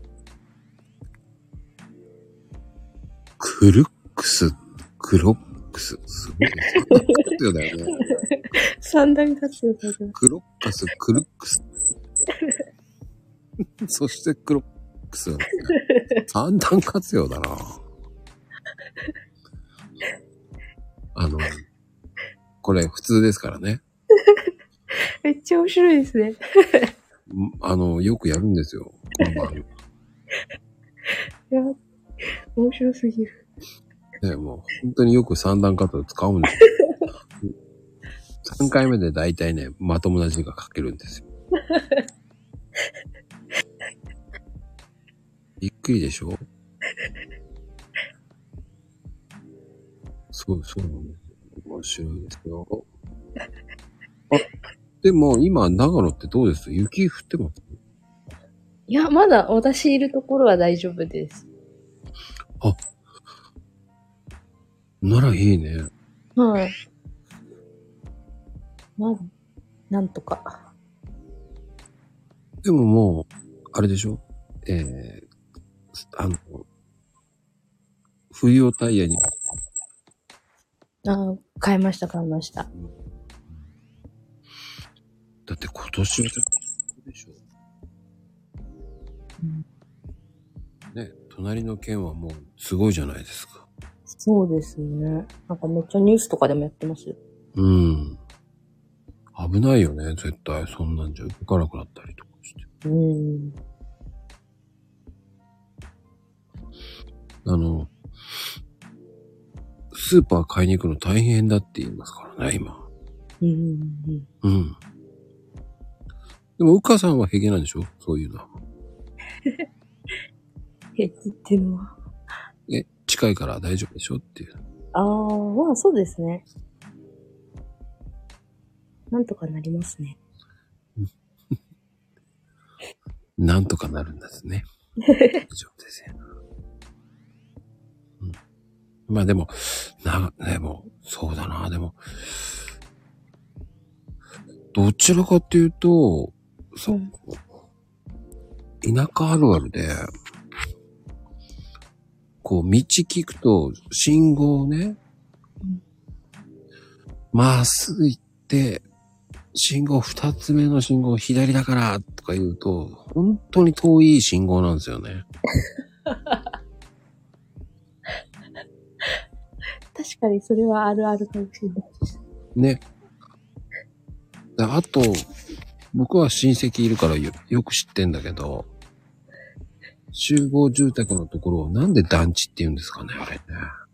クロックス、すごいね。活用だよね。 三段活用されてます。 クロッカス、クルックス。そしてクロックス。三段活用だな。これ普通ですからね。 めっちゃ面白いですね。 よくやるんですよ。この番組。 いや、面白すぎる。 ね、もう本当によく三段活用使うんですよ。3回目で大体ね、まともな字が書けるんですよ。びっくりでしょ？そうなんですよ。面白いですよ。あ、でも今、長野ってどうです？雪降ってます？ いや、まだ私いるところは大丈夫です。 あ、ならいいね。 はい。まだ、なんとか。 でももう、あれでしょ？冬用タイヤに。 買いました。 だって今年はでしょ。ね、隣の県はもうすごいじゃないですか。 そうですね。なんかめっちゃニュースとかでもやってますよ。 うん。危ないよね、絶対。そんなんじゃ動かなくなったりとかして。スーパー買いに行くの大変だって言いますからね、今。うん。でも、うかさんは平気なんでしょ？そういうのは。 平気っていうのは。 近いから大丈夫でしょっていう。 まあそうですね。なんとかなりますね。 なんとかなるんですね。大丈夫ですよ。まあでも、そうだな、でも、どちらかっていうと、田舎あるあるで、こう、道聞くと、信号ね、まっすぐ行って、二つ目の信号左だからとか言うと、本当に遠い信号なんですよね。 確かにそれはあるあるかもしれないです。 ね。あと、僕は親戚いるからよく知ってんだけど、集合住宅のところをなんで団地って言うんですかね、あれね。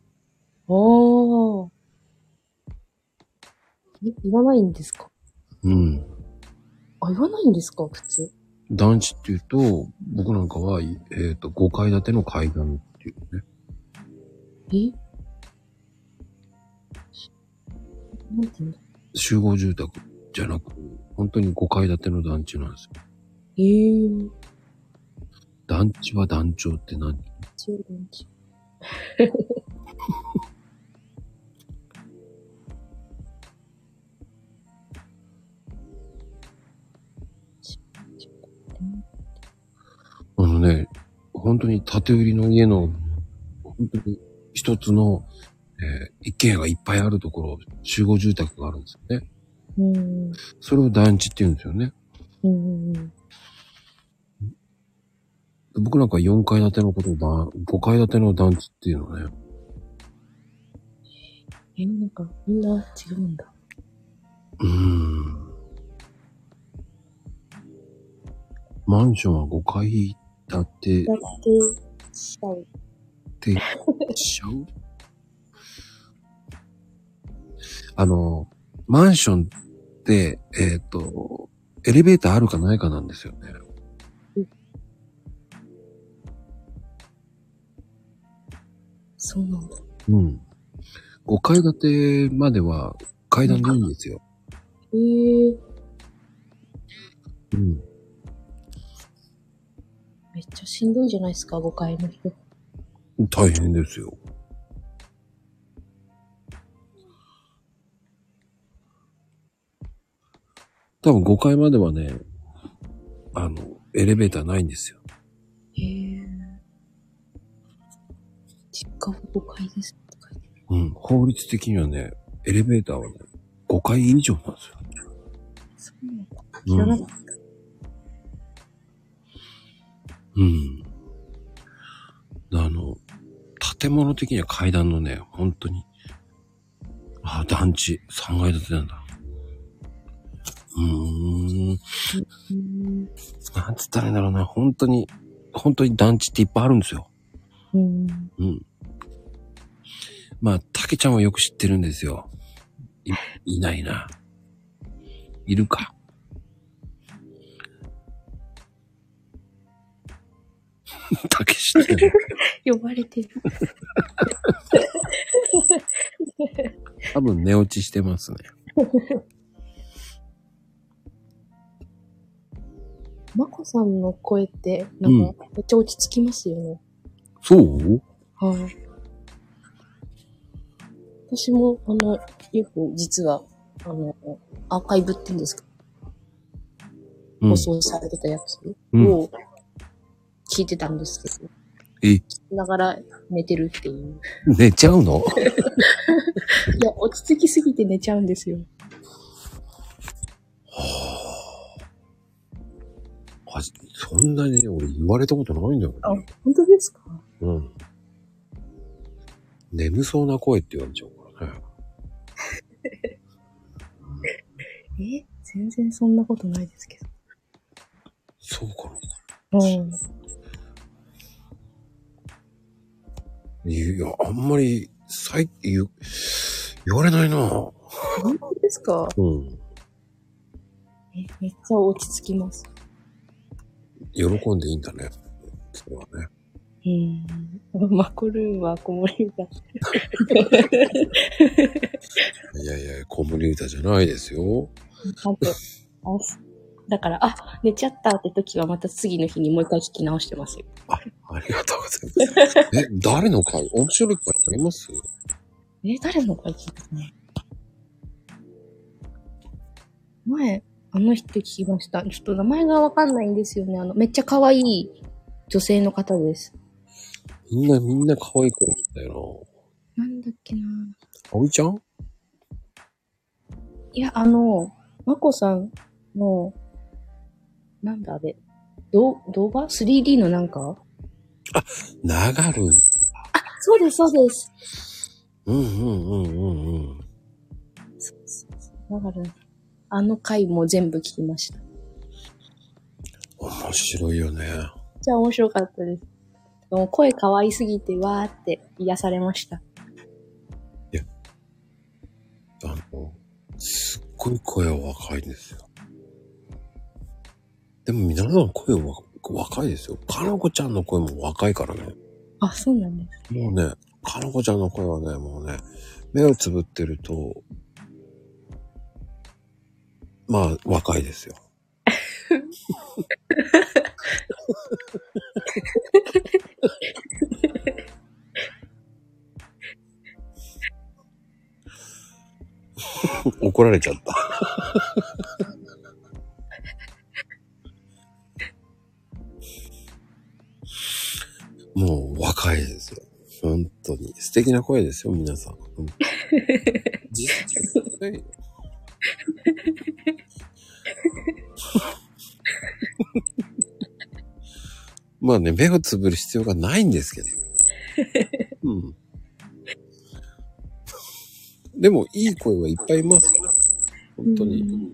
言わないんですか？ うん。 言わないんですか普通。 団地って言うと、僕なんかは、5階建ての階段っていうね。なんて言うんだ？集合住宅じゃなく、本当に5階建ての団地なんですよ。団地は団長って何？団地。本当に建売りの家の、本当に一つの、一軒家がいっぱいあるところ、集合住宅があるんですよね。それを団地って言うんですよね。僕なんか4階建てのことを5階建ての団地っていうのね。なんかみんな違うんだ。マンションは5階建て。しちゃうマンションって、エレベーターあるかないかなんですよね。そうなんだ。 5階建てまでは階段でいいんですよ。 へえ。 うん。 めっちゃしんどいじゃないですか、5階の人。 大変ですよ。多分5階まではね、エレベーターないんですよ。 へえ。実家は5階ですって書いてうん。法律的にはね、エレベーターはね、5階以上なんですよ。 そうなんだ。知らなかった。 うん。建物的には階段のね、本当に、団地、3階建てなんだ。なんつったらいいんだろうな、本当に団地っていっぱいあるんですよ。うん。まあ、たけちゃんはよく知ってるんですよ。いないな。いるか。たけ知ってる。 呼ばれてる。 多分寝落ちしてますね。 まこさんの声って、なんか、めっちゃ落ち着きますよね。 そうはい。私も、よく実は、アーカイブって言うんですか、放送されてたやつを聞いてたんですけど、聞きながら寝てるっていう。 寝ちゃうの？ いや、落ち着きすぎて寝ちゃうんですよ。 そんなに俺言われたことないんだよね。 あ、本当ですか？ うん。眠そうな声って言われちゃうからね。 全然そんなことないですけど。 そうかな。 いや、あんまり、言われないなぁ。 本当ですか？めっちゃ落ち着きます。 喜んでいいんだね。それはね。 マコルームは子守歌。 いやいや、子守歌じゃないですよ。 だから、寝ちゃったって時はまた次の日にもう一回聞き直してますよ。 ありがとうございます。誰の回？面白い回あります？ 誰の回聞いたね。前、あの人聞きました。ちょっと名前がわかんないんですよね。めっちゃ可愛い女性の方です。 みんな可愛い子だよな。なんだっけな。 あおいちゃん？ いや、まこさんの、なんだあれ、動画 ?3D のなんか？ 流る。 そうです、そうです。 そう。 流る。あの回も全部聞きました。 面白いよね。 じゃあ面白かったです。でも声可愛すぎてわーって癒されました。 いや、すっごい声は若いんですよ。でも皆さん声は若いですよ。かなこちゃんの声も若いからね。 そうなんです。 もうね、かなこちゃんの声はね、もうね、目をつぶってると、まあ、若いですよ。怒られちゃった。もう若いですよ。本当に。素敵な声ですよ、皆さん。実際ね。まあね、目をつぶる必要がないんですけど。でも、いい声はいっぱいいますから。本当に。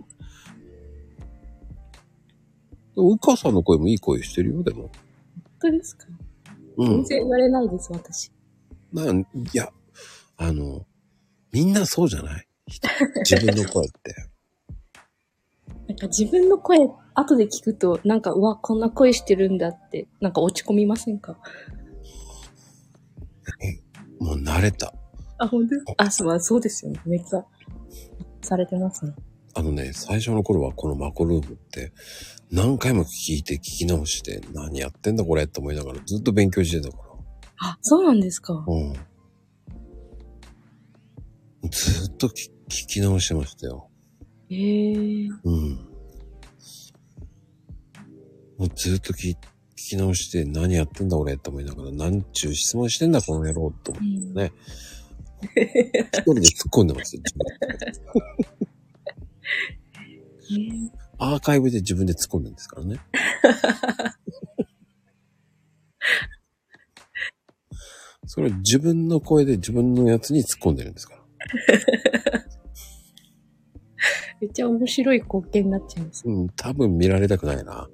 うかさんの声もいい声してるよ、でも。 本当ですか？全然言われないです、私。いや、みんなそうじゃない？自分の声って。 なんか自分の声、後で聞くと、なんか、うわ、こんな声してるんだって、なんか落ち込みませんか？ もう慣れた。 あ、本当？あ、そうですよね。めっちゃ、されてますね。 最初の頃はこのマコルームって、何回も聞いて聞き直して、何やってんだこれって思いながらずっと勉強してたから。 あ、そうなんですか。 うん。ずっと聞き直してましたよ。 へえ。 うん。もうずっと聞き直して、何やってんだ俺って思いながら、何ちゅう質問してんだこの野郎と思ってね。一人で突っ込んでますよ、自分。アーカイブで自分で突っ込んでるんですからね。それ自分の声で自分のやつに突っ込んでるんですから。 めっちゃ面白い光景になっちゃいます。 うん、多分見られたくないな。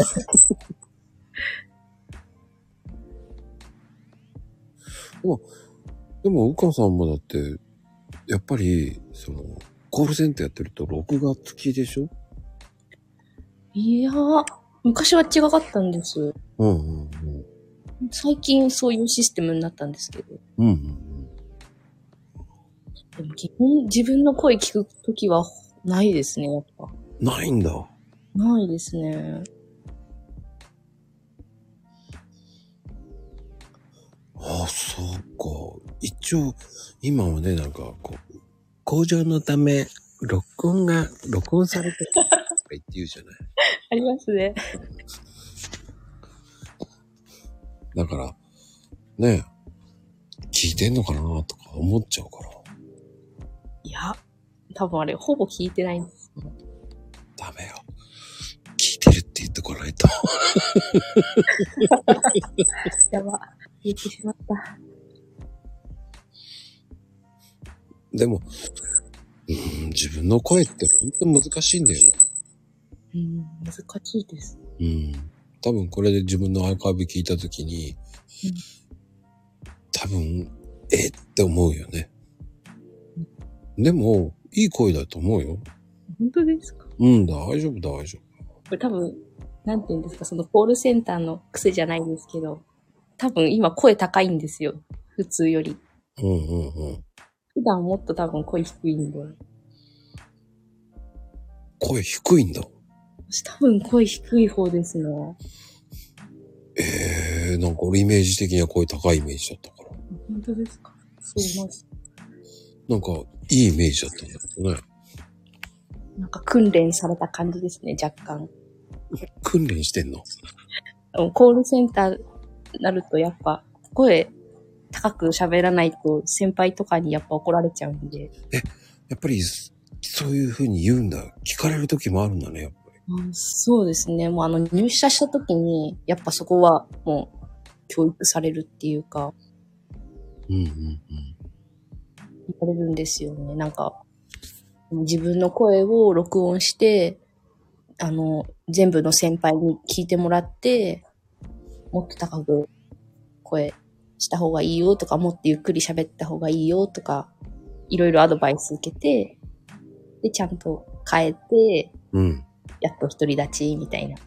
でも、うかさんもだって、やっぱり、コールセンターやってると録画付きでしょ？ いやー、昔は違かったんです。 うんうんうん。 最近そういうシステムになったんですけど。 うんうんうん。 でも基本自分の声聞くときはないですね、やっぱ。 ないんだ。 ないですね。 ああ、そうか。一応、今はね、なんか、工場のため、録音されてるとか言って言うじゃない。 ありますね。 だから、ね、聞いてんのかなとか思っちゃうから。 いや、多分あれ、ほぼ聞いてないんです。 ダメよ。聞いてるって言ってこないと。 やば。言ってしまった。 でも、自分の声って本当難しいんだよね。 難しいです。 多分これで自分のアーカイブ聞いたときに、多分、って思うよね。でも、いい声だと思うよ。 本当ですか？ 大丈夫、大丈夫。 これ多分、なんて言うんですか、そのコールセンターの癖じゃないんですけど、多分今声高いんですよ。普通より。普段もっと多分声低いんで。 声低いんだ。 多分声低い方ですね。 なんか俺イメージ的には声高いイメージだったから。 本当ですか？そうなんか、いいイメージだったんだけどね。 なんか訓練された感じですね、若干。 訓練してんの？ コールセンターになるとやっぱ声高く喋らないと先輩とかにやっぱ怒られちゃうんで。 やっぱりそういう風に言うんだ。聞かれる時もあるんだね、やっぱり。 そうですね。もう入社した時にやっぱそこはもう教育されるっていうか。言われるんですよね。なんか、自分の声を録音して、全部の先輩に聞いてもらって、もっと高く声した方がいいよとか、もっとゆっくり喋った方がいいよとか、いろいろアドバイス受けて、で、ちゃんと変えて、やっと独り立ちみたいな。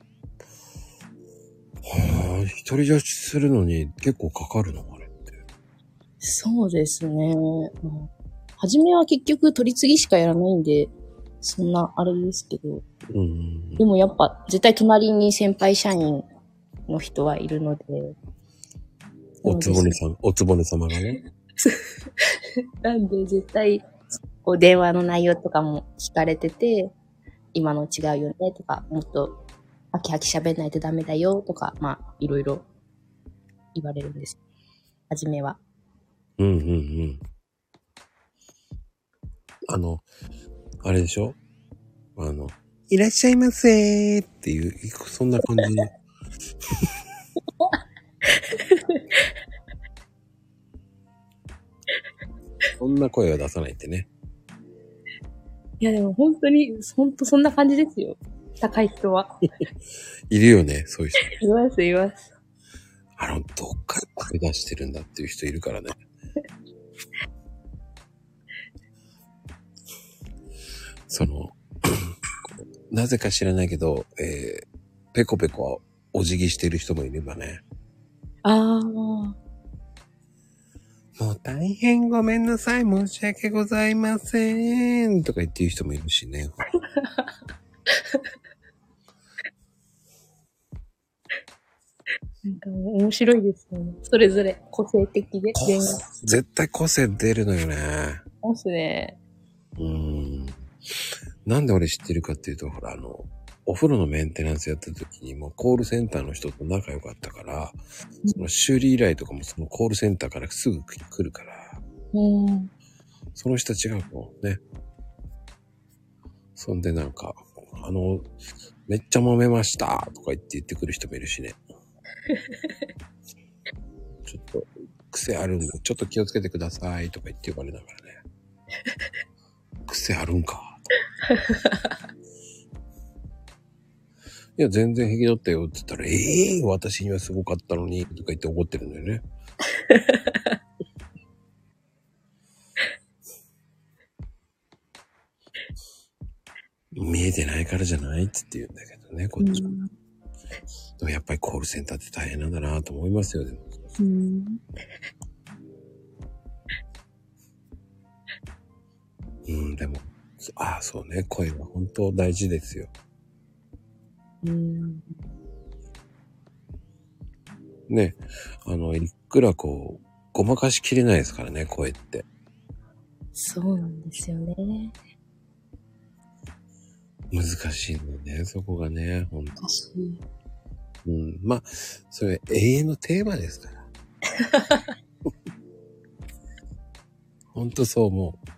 独り立ちするのに結構かかるのあれって。 そうですね。初めは結局取り次ぎしかやらないんで、そんなあれですけど。でもやっぱ絶対隣に先輩社員の人はいるので。 おつぼね様がね。 なんで絶対、電話の内容とかも聞かれてて、今の違うよねとか、もっとハキハキ喋んないとダメだよとか、まあいろいろ言われるんです。初めは。 あれでしょ？いらっしゃいませーっていう、そんな感じ。そんな声は出さないってね。 いやでも本当に、そんな感じですよ。高い人は。 いるよね、そういう人。 います。 どっから声出してるんだっていう人いるからね。なぜか知らないけど、ペコペコお辞儀してる人もいればね。 もう大変ごめんなさい、申し訳ございませんとか言ってる人もいるしね。 なんか面白いですよね。それぞれ個性的で。 絶対個性出るのよね。 ますね。 なんで俺知ってるかっていうと、ほら、お風呂のメンテナンスやった時にもコールセンターの人と仲良かったから、その修理依頼とかもそのコールセンターからすぐ来るから、その人たちがこうね、そんでなんか、めっちゃ揉めましたとか言ってくる人もいるしね。ちょっと癖あるんで、ちょっと気をつけてくださいとか言って呼ばれながらね。癖あるんか。いや、全然平気だったよって言ったら、私にはすごかったのに、とか言って怒ってるんだよね。見えてないからじゃないって言うんだけどね、こっちも。でもやっぱりコールセンターって大変なんだなと思いますよ、でも。でも、そうね、声は本当大事ですよ。ね、いくらこう、ごまかしきれないですからね、声って。 そうなんですよね。 難しいんだよね、そこがね、本当。 難しい。 まあ、それ永遠のテーマですから。本当そう思う。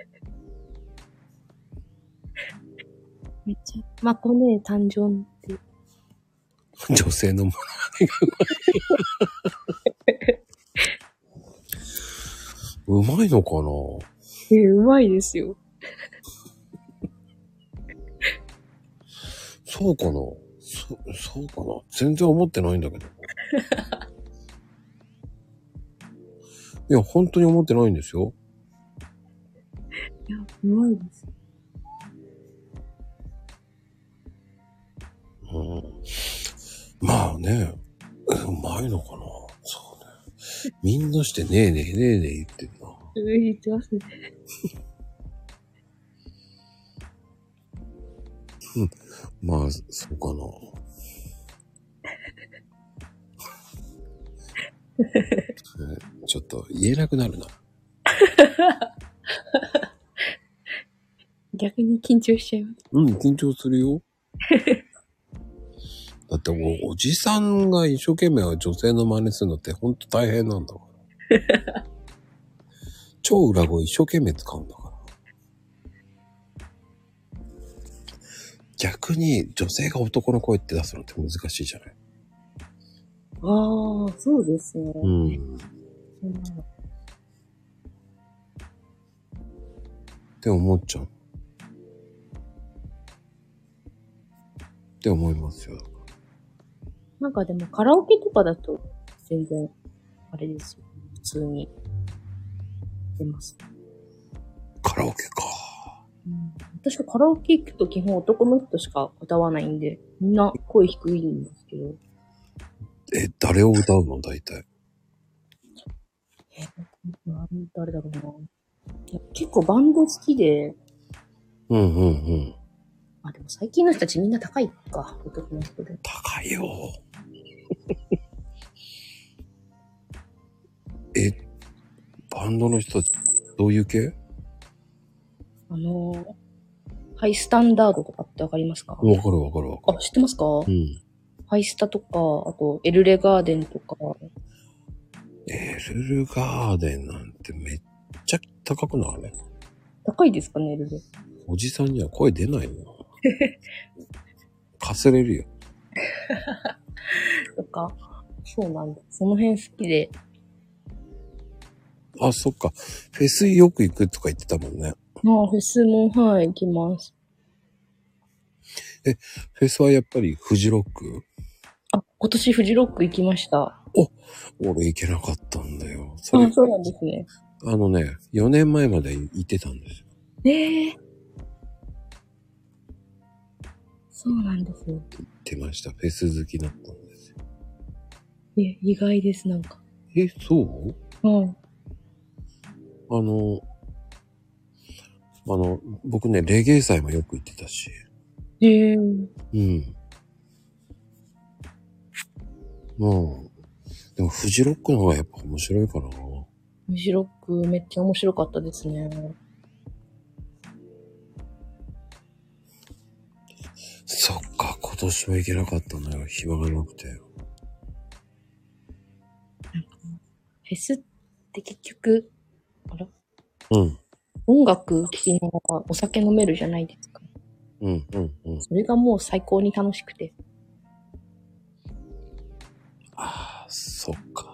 めっちゃ、まこね誕生って。 女性のものうまいのかな？ うまいですよ。 そうかな？そうかな？全然思ってないんだけど。いや、本当に思ってないんですよ。 いや、うまいです。 まあね、うまいのかな？そうね。みんなしてねえねえねえねえ言ってんな。 言ってますね。 まあ、そうかな。ちょっと言えなくなるな。 逆に緊張しちゃいます。 緊張するよ。だっておじさんが一生懸命女性の真似するのってほんと大変なんだから。超裏声一生懸命使うんだから。逆に女性が男の声って出すのって難しいじゃない？ ああ、そうですね。 って思っちゃう。って思いますよ。 なんかでもカラオケとかだと全然あれですよ。普通に出ます。 カラオケか。 私はカラオケ行くと基本男の人しか歌わないんで、みんな声低いんですけど。 誰を歌うの大体？ 誰だろうな。いや結構バンド好きで。でも最近の人たちみんな高いか、男の人で。 高いよ。バンドの人たち、どういう系？ ハイスタンダードとかってわかりますか？ わかる。 あ、知ってますか？ハイスタとか、あと、エルレガーデンとか。 エルレガーデンなんてめっちゃ高くない？ 高いですかね、エルレ。 おじさんには声出ないよ。かすれるよ。 とか、そうなんだ。その辺好きで。 あ、そっか。フェスよく行くとか言ってたもんね。 フェスも、はい、行きます。 フェスはやっぱりフジロック？ 今年フジロック行きました。 俺行けなかったんだよ。 そうなんですね。 4年前まで行ってたんですよ。 そうなんですよ。 行ってました。フェス好きだったんですよ。 意外です、なんか。 そう？ あの、僕ね、レゲエ祭もよく行ってたし。 へえ。 うん。もう、でもフジロックの方がやっぱ面白いかな。 フジロックめっちゃ面白かったですね。 そっか、今年は行けなかったのよ。暇がなくて。 フェスって結局、あらうん。 音楽聴きながらお酒飲めるじゃないですか。 うんうんうん。 それがもう最高に楽しくて。 ああ、そっか。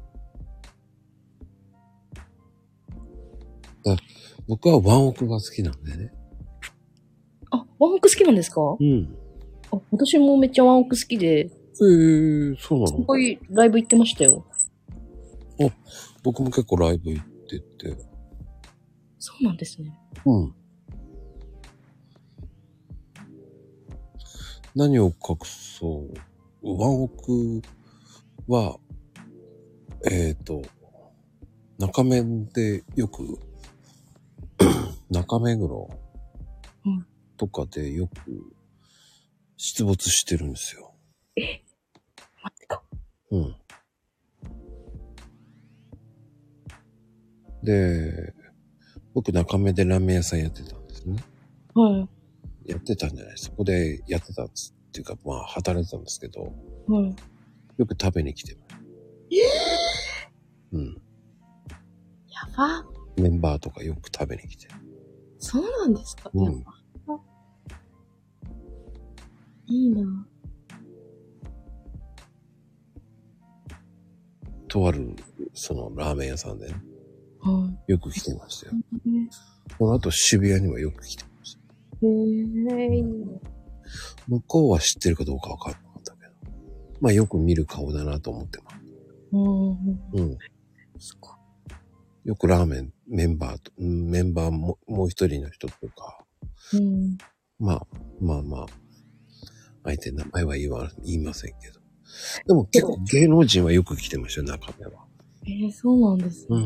僕はワンオクが好きなんでね。 あ、ワンオク好きなんですか？ うん。 あ、私もめっちゃワンオク好きで、 そうなの？ すごいライブ行ってましたよ。 あ、僕も結構ライブ行ってて。 そうなんですね。 うん。何を隠そう。ワンオクは、中目でよく、中目黒とかでよく出没してるんですよ。 待ってか。 うん。で、僕中目でラーメン屋さんやってたんですね。 はい。 やってたんじゃない、そこでやってたっていうか、まあ働いてたんですけど、 はい。 よく食べに来てます。うん。 やば。 メンバーとかよく食べに来て。 そうなんですか？ うん。 やば。いいな。 とある、そのラーメン屋さんでね、 はよく来てましたよ。 い。 この後渋谷にもよく来てました。 へえ、いいな。 向こうは知ってるかどうかわかんなかったけど。まあよく見る顔だなと思ってます。うん。 すごい。 よくラーメン、メンバーもう一人の人とか、 うん。 まあ、相手名前は言いませんけど。でも結構芸能人はよく来てましたよ、中目は。 そうなんですね。 うん。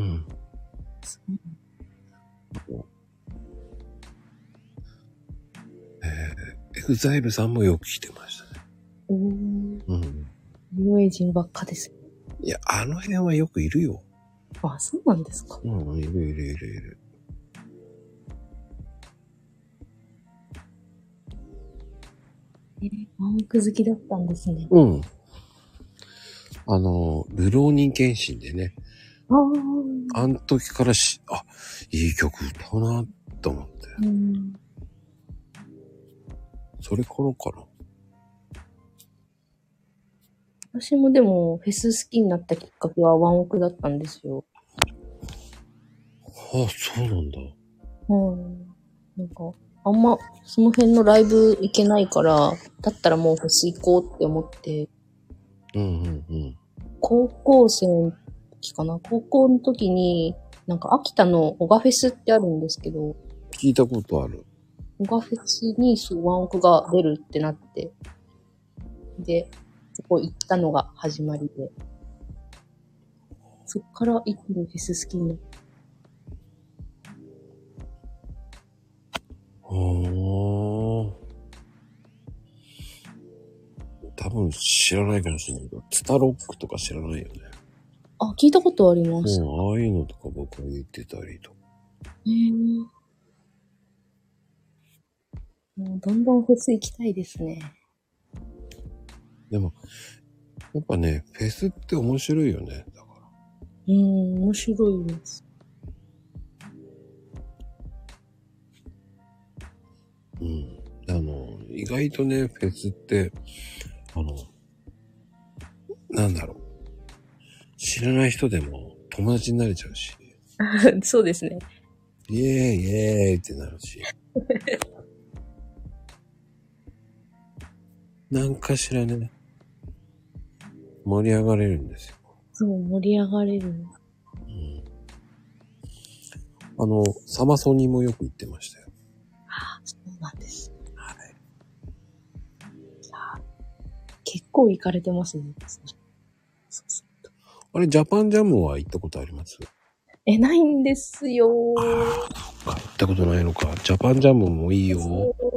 エグザイルさんもよく来てましたね。うん。 有名人ばっかですよ。 いや、あの辺はよくいるよ。 あ、そうなんですか。 うん、いる。 ワンオク好きだったんですね。 うん。流浪人剣心でね、あの時からいい曲歌うなと思って。それからかな。 私もでもフェス好きになったきっかけはワンオクだったんですよ。 ああ、そうなんだ。 なんか、あんまその辺のライブ行けないから、だったらもうフェス行こうって思って、高校生の時かな。高校の時に、なんか秋田のオガフェスってあるんですけど、 聞いたことある。 オガフェスにワンオクが出るってなって、で、そこ行ったのが始まりで、そっから一気にフェス好きになって。 多分知らないかもしれないけど、ツタロックとか知らないよね。 あ、聞いたことあります。 ああいうのとか僕は言ってたりとか。 もうどんどんフェス行きたいですね。 でも、やっぱね、フェスって面白いよね。だから。 面白いです。 意外とね、フェスって、なんだろう。知らない人でも友達になれちゃうし。 そうですね。 イエーイイエーイってなるし。なんかしらね、盛り上がれるんですよ。 そう、盛り上がれる。 サマソニもよく行ってましたよ。 そうなんです。はい。結構行かれてますね。 あれ、ジャパンジャムは行ったことあります？ ないんですよ。 そっか、行ったことないのか。ジャパンジャムもいいよ。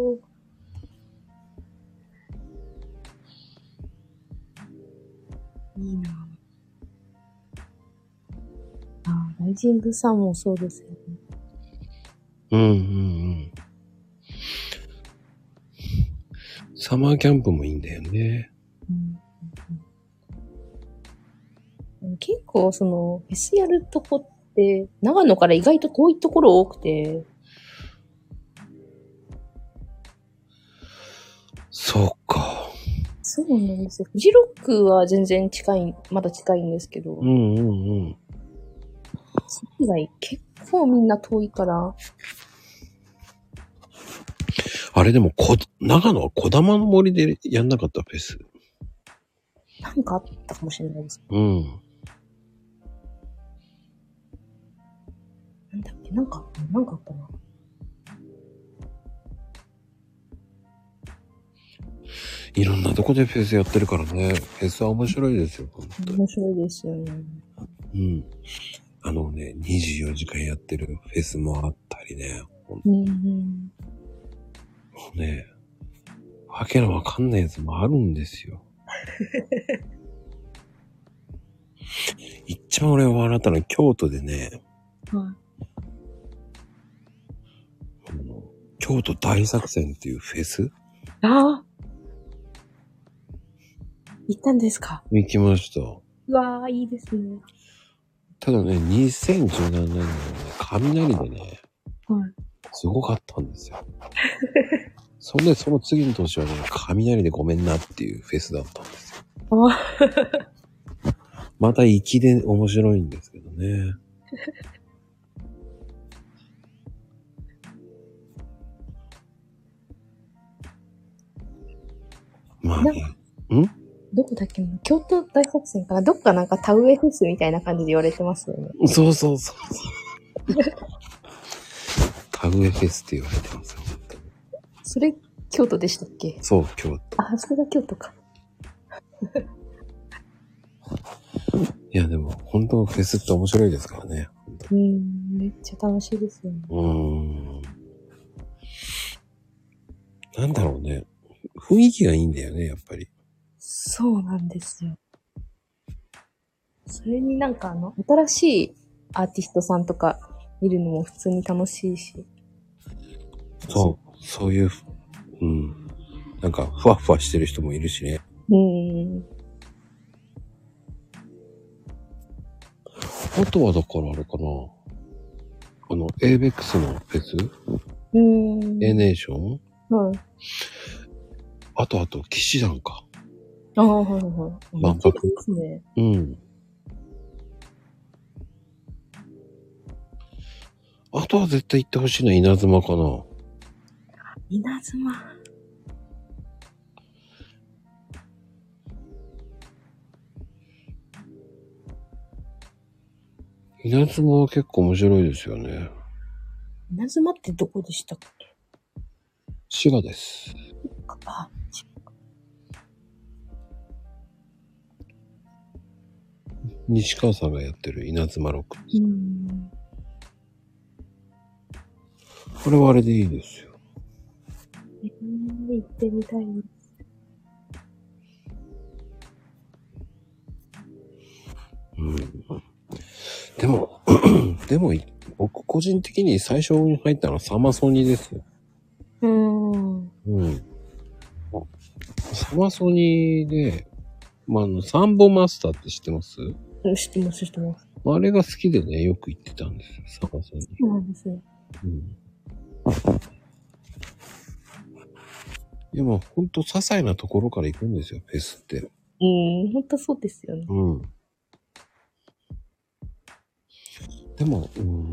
いいな。ライジングさんもそうですよね。 うんうんうん。サマーキャンプもいいんだよね。 結構そのフェスやるとこって長野から意外と遠いところ多くて。 そうか。 そうなんですよ。フジロックは全然まだ近いんですけど。 うんうんうん。 それ以外結構みんな遠いから。 あれでも長野は小玉の森でやんなかったフェス。 なんかあったかもしれないです。 うん。 なんだっけ、なんかあったな。 いろんなとこでフェスやってるからね。フェスは面白いですよ。 面白いですよね。 うん。24時間やってるフェスもあったりね。 もうね、わけのわかんないやつもあるんですよ。一番俺が笑ったのは京都でね、京都大作戦っていうフェス？ ああ、行ったんですか？ 行きました。 うわー、いいですね。 ただね、2017年のね、雷でね、すごかったんですよ。その次の年はね、雷でごめんなっていうフェスだったんですよ。また粋で面白いんですけどね。まあね。 どこだっけな、京都大作戦かな、どっかなんか田植えフェスみたいな感じで言われてますよね。 そうそうそう。田植えフェスって言われてますよ。 それ、京都でしたっけ？ そう、京都。 あ、それが京都か。 いや、でも、本当フェスって面白いですからね。 めっちゃ楽しいですよね。 なんだろうね。雰囲気がいいんだよね、やっぱり。 そうなんですよ。それになんか新しいアーティストさんとか見るのも普通に楽しいし。 そういう、なんか、ふわふわしてる人もいるしね。あとはだからあれかな。ABEX のフェスA ネーションあと、騎士団か。万博ですね。あとは絶対行ってほしいのは稲妻かな。 稲妻。 稲妻は結構面白いですよね。 稲妻ってどこでしたっけ？ 滋賀です。西川さんがやってる稲妻ロックです。これはあれでいいですよ。 行ってみたいです。 でも、僕個人的に最初に入ったのはサマソニですよ。サマソニで、サンボマスターって知ってます？ 知ってます。 あれが好きでね、よく行ってたんですよ、サマソニ。 そうなんですね。 でも、ほんと些細なところから行くんですよ、フェスって。 ほんとそうですよね。 でも、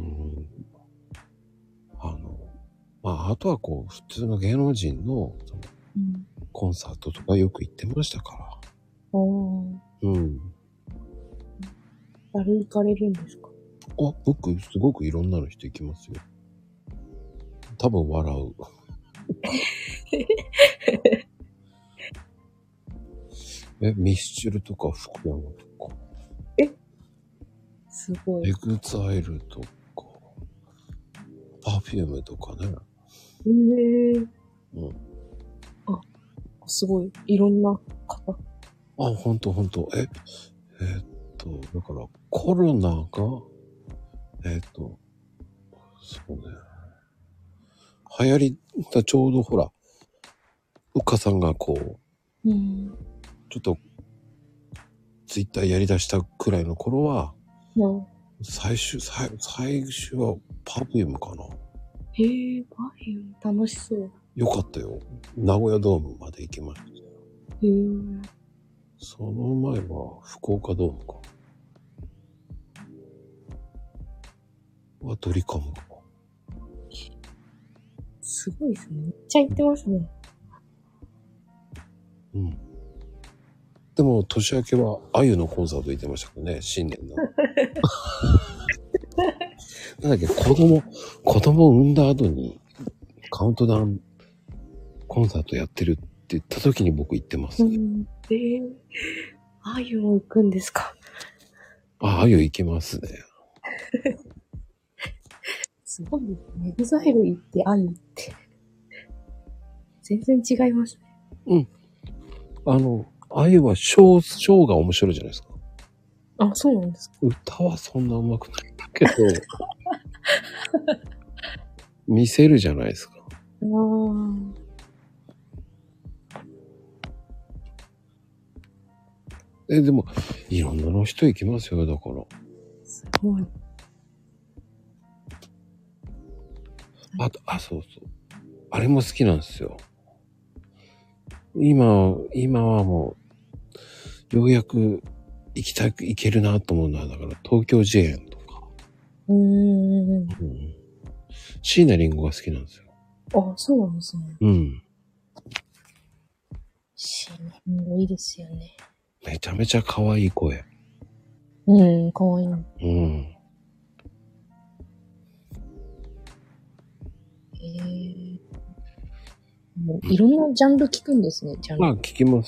あとは普通の芸能人の、コンサートとかよく行ってましたから。 誰行かれるんですか？ 僕、すごくいろんなの人行きますよ。多分笑う。ミスチルとか福山とか。 すごい。 エグザイルとか、パフュームとかね。うん。 あ、すごい。いろんな方。 あ、ほんと。だからコロナが、そうね。流行りだ、ちょうどほら、うかさんがこう、ちょっと、ツイッターやり出したくらいの頃は、最初はパフュームかな。 へえ、パフューム楽しそう。 よかったよ。名古屋ドームまで行きました。 へえ。 その前は福岡ドームか。はドリカムか。 すごいですね。めっちゃ行ってますね。 うん。でも年明けはあゆのコンサート行ってましたけどね、新年の。なんだっけ、子供産んだ後にカウントダウンコンサートやってるって言った時に僕行ってます。 あゆも行くんですか？ あゆ行けますね。 すごいですね。エグザイル行ってあゆって。全然違いますね。 うん。あゆはショーが面白いじゃないですか。 あ、そうなんですか。 歌はそんな上手くないんだけど、見せるじゃないですか。でも、いろんなの人行きますよ、だから。 すごい。 そう。あれも好きなんですよ。今はもう、ようやく行けるなと思うのは、だから東京ジェーンとか。椎名林檎が好きなんですよ。 あ、そうなんですね。 うん。 椎名林檎いいですよね。 めちゃめちゃ可愛い声。 可愛い。もういろんなジャンル聞くんですね、ジャンル。 まあ、聞きます。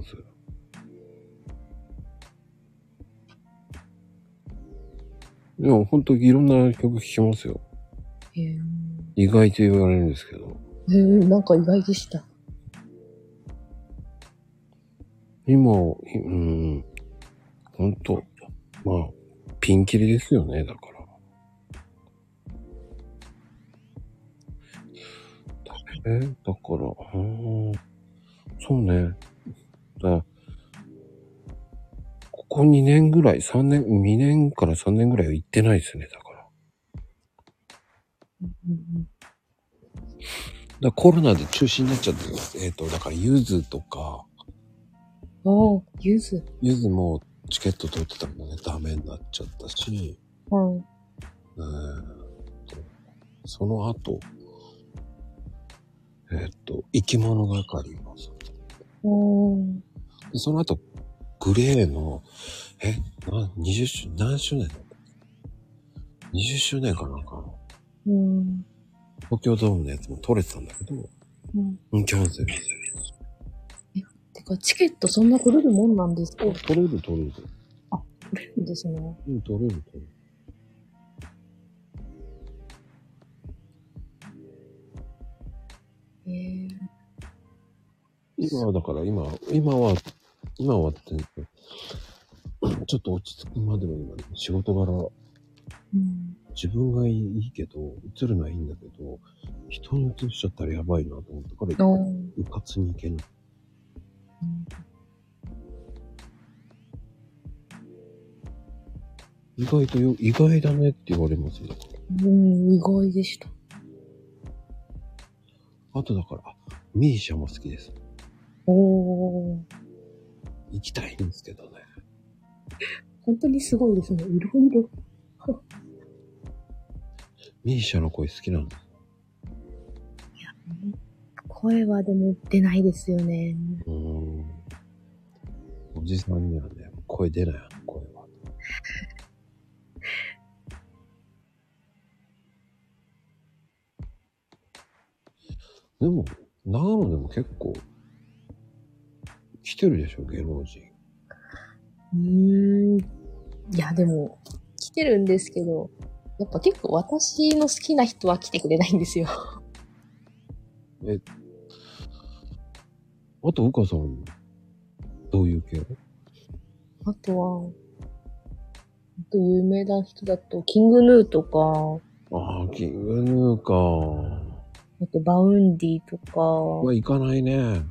でも、本当にいろんな曲聴きますよ。意外と言われるんですけど。 なんか意外でした。 今、本当まあ、ピンキリですよね、だから。だから、そうね。ここ2年ぐらい、2年から3年ぐらいは行ってないですね、だから。コロナで中止になっちゃってます。だから、ゆずとか。 ゆず。 ゆずもチケット取ってたのね、ダメになっちゃったし。その後、生き物係もそう。その後、グレーの、何周年だった ?20 周年かなんかの。東京ドームのやつも取れてたんだけど、キャンセル。 てか、チケットそんな取れるもんなんですか？ 取れる。 あ、取れるんですね。 取れる。今はだから今はってちょっと落ち着くまでの今、仕事柄、自分がいいけど、映るのはいいんだけど、人に映しちゃったらやばいなと思ったから、うかつにいけない。意外だねって言われますよ。 意外でした。 あとだから、ミーシャも好きです。行きたいんですけどね。 本当にすごいですね。いろいろ。 ミーシャの声好きなんです。 いや、声はでも出ないですよね。 おじさんにはね、声出ない、声は。でも、長野でも結構、来てるでしょ、芸能人。 いや、でも、来てるんですけど、やっぱ結構私の好きな人は来てくれないんですよ。 あと、うかさん、どういう系？ あとは、有名な人だと、キングヌーとか、 ああ、キングヌーか。 あとバウンディとか、 行かないね。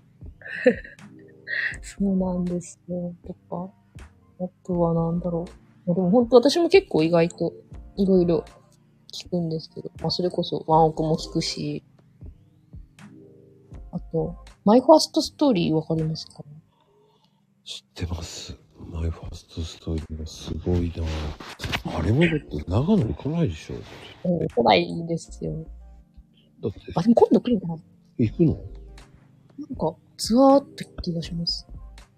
そうなんですよ。とか、あとはなんだろう。でも本当私も結構意外といろいろ聞くんですけど、まあそれこそワンオクも聞くし、あと、マイファーストストーリーわかりますか？ 知ってます。マイファーストストーリーがすごいな。あれもだって長野行かないでしょ。 来ないんですよ。 だって。 あ、でも今度来るかな？ 行くの？ なんか、ツアーって気がします。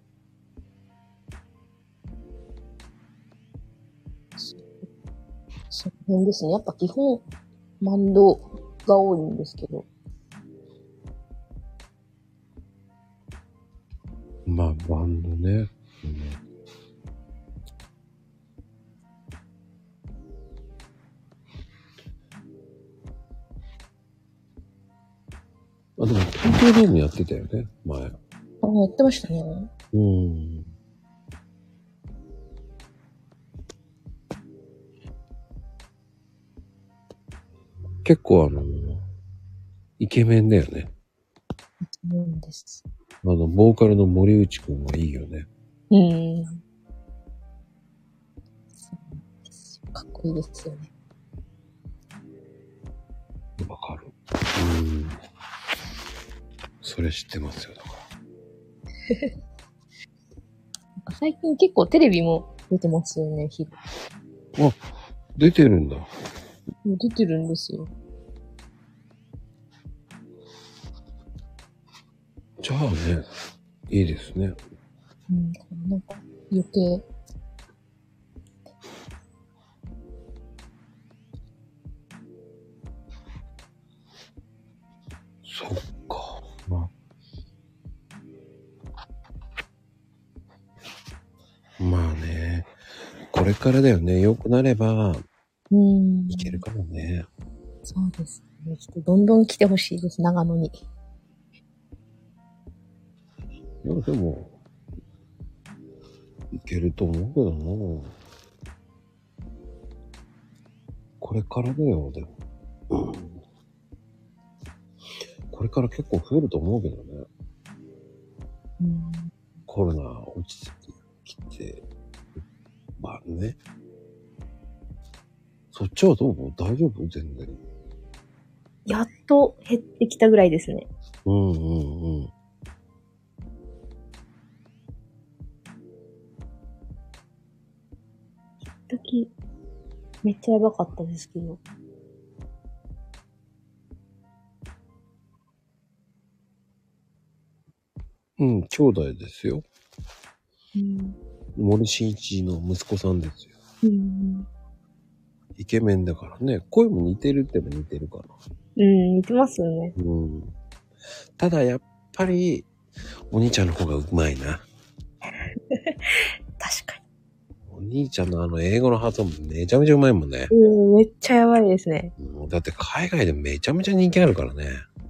その辺ですね。やっぱ基本、バンドが多いんですけど。 まあ、バンドね。あ、でも東京ドームやってたよね、前。 あ、やってましたね。 結構イケメンだよね。 うんです。 ボーカルの森内くんはいいよね。 かっこいいですよね。 わかる。それ知ってますよ、だから。 最近結構テレビも出てますよね、 あ、出てるんだ。 出てるんですよ。 じゃあね、いいですね。 なんか余計。 そっか。まあね、これからだよね。良くなれば、いけるかもね。 そうですね。ちょっとどんどん来てほしいです、長野に。 いや、でも、いけると思うけどな。これからだよ、でも。これから結構増えると思うけどね。コロナ落ち着ききて、まあね。そっちはどう？大丈夫？全然。 やっと減ってきたぐらいですね。時めっちゃやばかったですけど。 兄弟ですよ。森進一の息子さんですよ。イケメンだからね。声も似てるっても似てるかな。 似てますよね。 ただやっぱり、お兄ちゃんの方がうまいな。 確かに。 お兄ちゃんの英語の発音めちゃめちゃうまいもんね。 めっちゃやばいですね。 だって海外でめちゃめちゃ人気あるからね。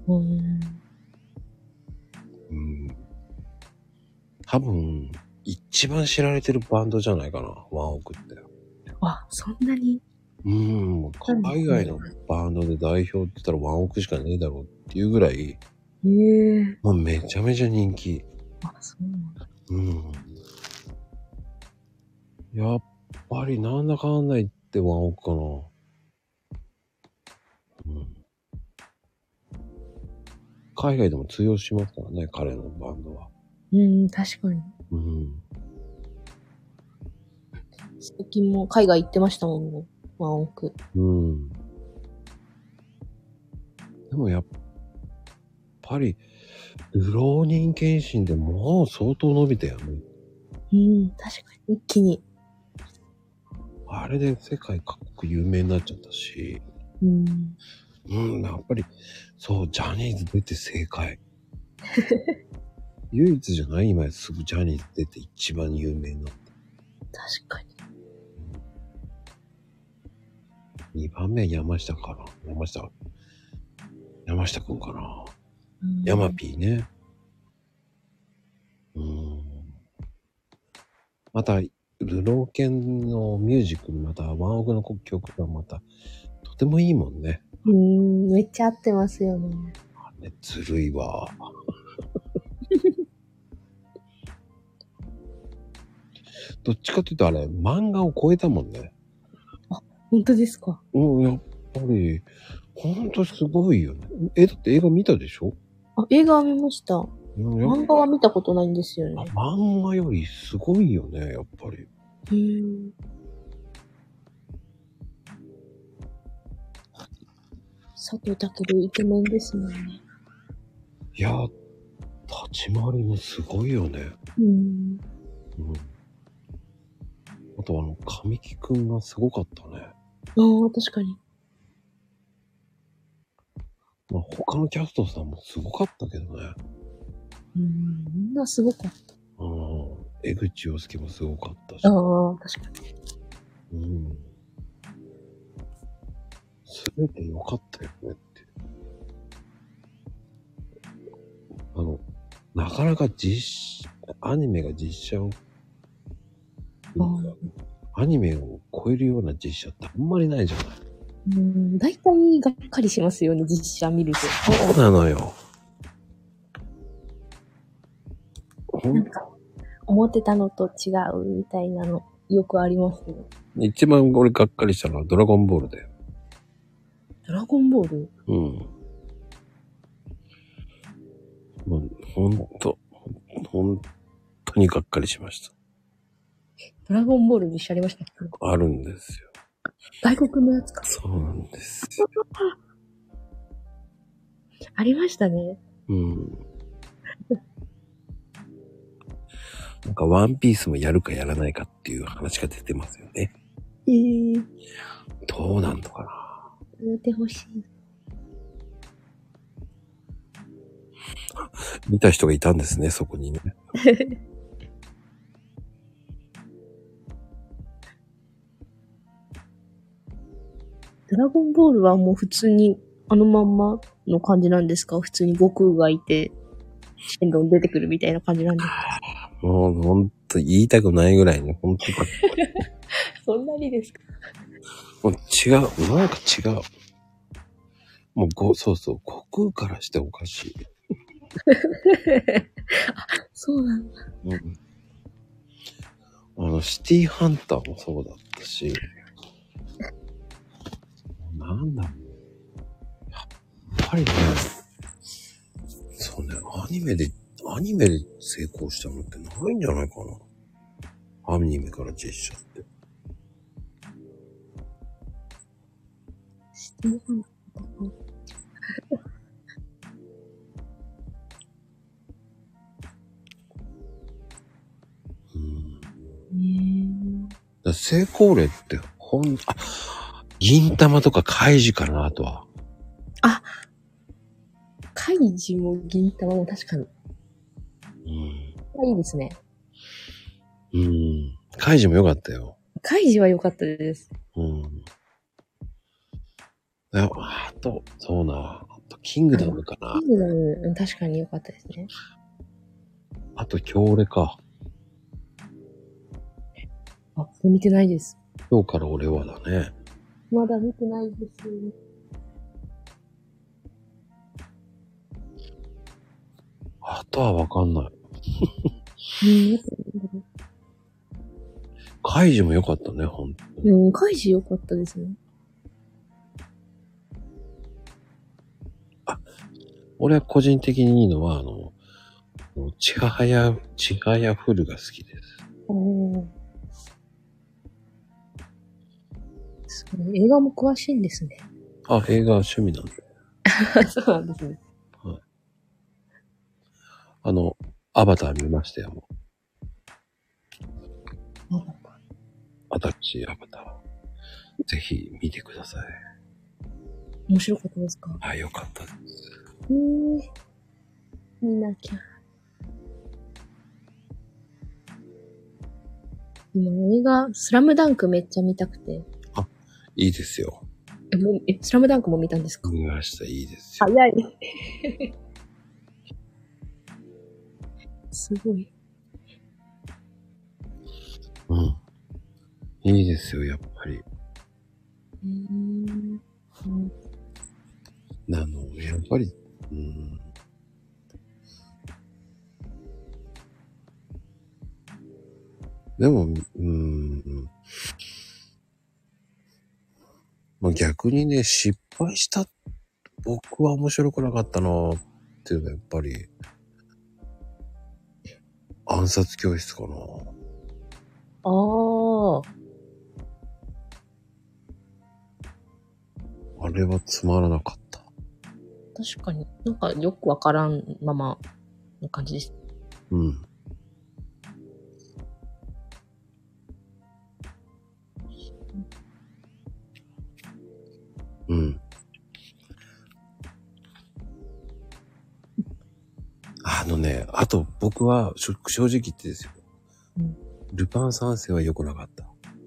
多分、一番知られてるバンドじゃないかな、ワンオクって。 あ、そんなに？ 海外のバンドで代表って言ったらワンオクしかねえだろうっていうぐらい、もうめちゃめちゃ人気。 あ、そうなんだ。 やっぱりなんだかんだ言ってワンオクかな。海外でも通用しますからね、彼のバンドは。 確かに。最近も海外行ってましたもんね、ワンオク。 でもやっぱり、流浪人検診でもう相当伸びたよね。 確かに。一気に。 あれで世界各国有名になっちゃったし。やっぱり、そう、ジャニーズ出て正解。唯一じゃない？今すぐジャニーズ出て一番有名になった。 確かに。 2番目山下かな。山下くんかな。山 P ね。また、ルローケンのミュージックにまた、ワンオクの曲がまた、とてもいいもんね。 めっちゃ合ってますよね。 あれ、ずるいわ。どっちかというとあれ、漫画を超えたもんね。 あ、本当ですか？ やっぱり、ほんとすごいよね。だって映画見たでしょ？ 映画は見ました。漫画は見たことないんですよね。 漫画よりすごいよね、やっぱり。 佐藤健イケメンですもんね。 いや、立ち回りもすごいよね。あと神木くんがすごかったね。 確かに。 まあ、他のキャストさんもすごかったけどね。 みんなすごかった。 江口洋介もすごかったし。 確かに。すべて良かったよねって。なかなかアニメが実写を、アニメを超えるような実写ってあんまりないじゃない。 だいたいがっかりしますよね、実写見ると。 そうなのよ。 なんか、思ってたのと違うみたいなの、よくありますよ。 一番俺がっかりしたのはドラゴンボールだよ。 ドラゴンボール？ もう、本当にがっかりしました。 ドラゴンボール実写ありましたっけ？ あるんですよ。 外国のやつか。 そうなんですよ。 ありましたね。 なんかワンピースもやるかやらないかっていう話が出てますよね。どうなんのかな。 やってほしい。 見た人がいたんですね、そこにね。 ドラゴンボールはもう普通にあのまんまの感じなんですか？普通に悟空がいて、シェンロン出てくるみたいな感じなんですか？ もうほんと言いたくないぐらいね、ほんとかっこいい。 そんなにですか？ もう違う、なんか違う。もうそうそう、悟空からしておかしい。 そうなんだ。 シティーハンターもそうだったし、なんだろう。やっぱりね、そうね、アニメで成功したのってないんじゃないかな。アニメから実写って。 シティーハンター。 成功例って銀玉とかカイジかな、あとは。 カイジも銀玉も確かに。いいですね。 カイジも良かったよ。 カイジは良かったです。 あと、そうな。あと、キングダムかな。 キングダム、確かに良かったですね。 あと、強烈か。 見てないです。 今日から俺はだね。 まだ見てないです。 あとはわかんない。カイジも良かったね、ほんと。 カイジ良かったですね。 俺は個人的にいいのは、ちはやふるが好きです。 映画も詳しいんですね。 映画は趣味なんで。 そうなんですね。 アバター見ましたよ、もう。新しいアバター。ぜひ見てください。 面白かったですか？ よかったです。 見なきゃ。今映画、スラムダンクめっちゃ見たくて。 いいですよ。 スラムダンクも見たんですか？ 見ました。いいですよ。 早い。すごい。 うん。いいですよ、やっぱり。やっぱり、でも、まあ、逆にね、失敗した、僕は面白くなかったなっていうのはやっぱり、暗殺教室かな。 ああ。 あれはつまらなかった。 確かに。なんかよくわからんままの感じです。 うん。うん。あと僕は正直言ってですよ。うん、ルパン三世は良くなかった。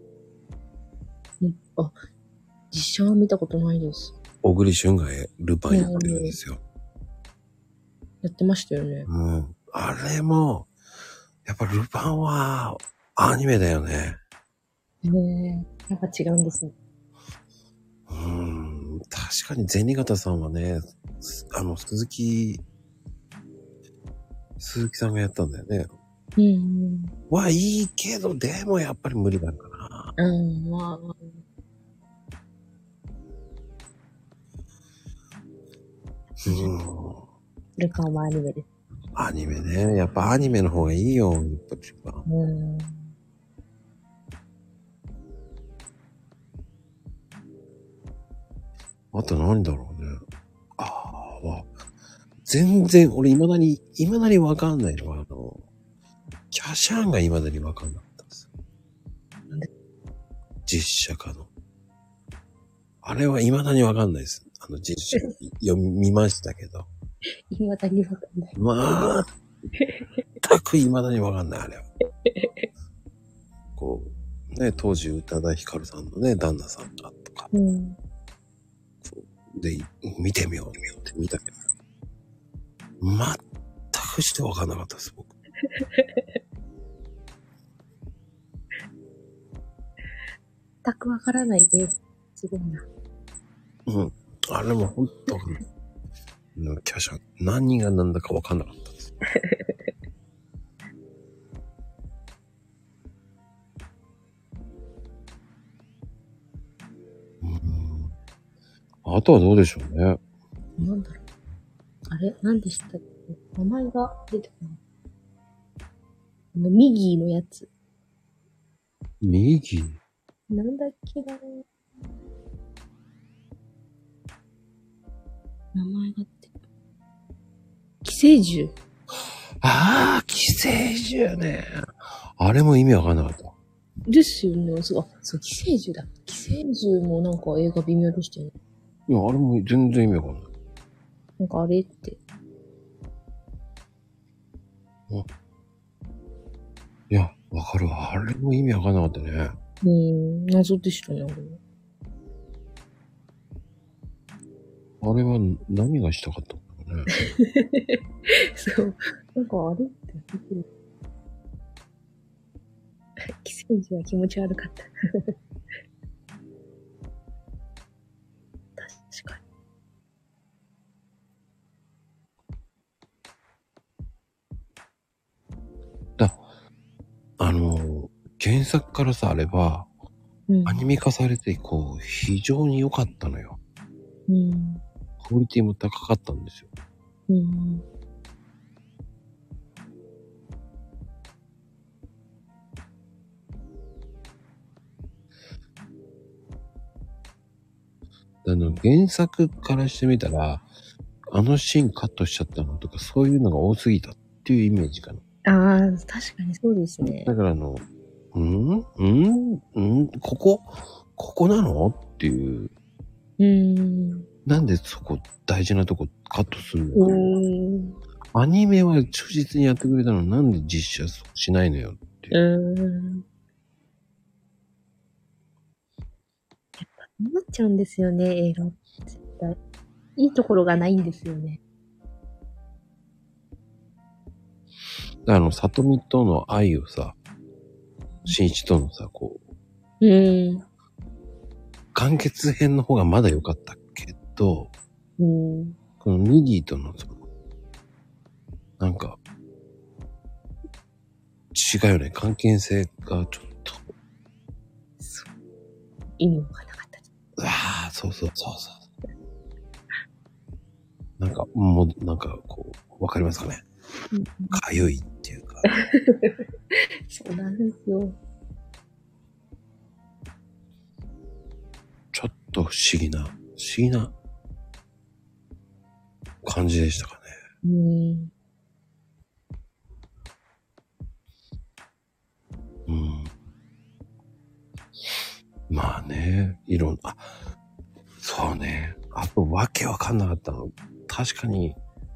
あ、実写は見たことないです。 小栗旬がルパンやってるんですよ。 やってましたよね。 うん。あれも、やっぱルパンはアニメだよね。 ねえ、なんか違うんですね。 確かに銭形さんはね、鈴木さんがやったんだよね。いいけど、でもやっぱり無理だかな。まあ。ルパンはアニメです。 アニメね。やっぱアニメの方がいいよ、ルパン。あと何だろうね。全然、俺未だにわかんないのは、キャシャーンが未だにわかんなかったんですよ。なんで？実写化の。あれは未だにわかんないです。実写見ましたけど。 未だにわかんない。 全く未だにわかんない、あれは。こう、ね、当時宇多田ヒカルさんのね、旦那さんだとか。で、見てみようって見たけど。全くしてわかんなかったです、僕。 全くわからないです。すごいな。 あれもほんとわかんない。キャシャ、何が何だかわかんなかったです。あとはどうでしょうね。 なんだろう。あれ何でしたっけ？名前が出てこない。ミギーのやつ。 ミギー？ なんだっけな。名前が出てこない。寄生獣。 寄生獣ね。あれも意味わかんなかった。 ですよね。そう、寄生獣だ。寄生獣もなんか映画微妙でしたよね。 いや、あれも全然意味わかんない。 なんかあれって。 いや、わかるわ。あれも意味わかんなかったね。 謎でしたね、あれ。 あれは何がしたかったんだろうね。 そう。なんかあれって言ってる。寄生獣は気持ち悪かった。確かに。 原作からさ、あれば、アニメ化されて、非常に良かったのよ。クオリティも高かったんですよ。原作からしてみたら、あのシーンカットしちゃったのとか、そういうのが多すぎたっていうイメージかな。 確かにそうですね。 だからここなのっていう。なんでそこ大事なとこカットするの？アニメは忠実にやってくれたのになんで実写しないのよっていう。 思っちゃうんですよね、映画って絶対。いいところがないんですよね。 里見との愛をさ、新一とのさ、こう、完結編の方がまだ良かったけど、このミディとの、なんか、違うよね。関係性がちょっと。 そう。意味がなかった。 ああ、そうそう。なんか、もう、なんか、こう、わかりますかね。かゆいっていうか。 そうなんですよ。 ちょっと不思議な感じでしたかね。まあね、そうね。あと、わけわかんなかったの。確かに、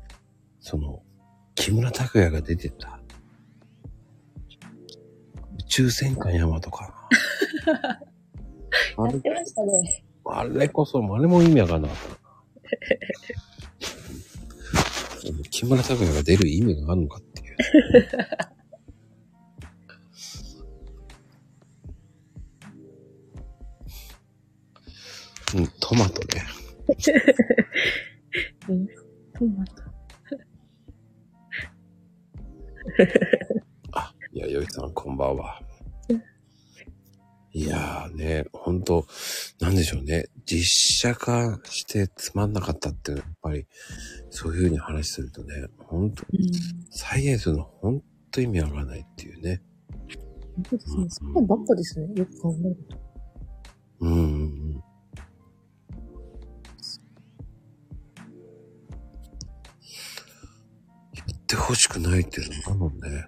木村拓哉が出てた。宇宙戦艦ヤマトかな。 やってましたね。 あれも意味わかんなかったな。木村拓哉が出る意味があるのかっていう。トマトね。 トマト。 よいさんこんばんは。いやーね、ほんと、なんでしょうね。実写化してつまんなかったっていうのは、やっぱり、そういう風に話するとね、ほんと、サイエンスのほんと意味わからないっていうね。 本当ですね。そればっかですね。よく考えると。 言ってほしくないっていうのもあるもんね。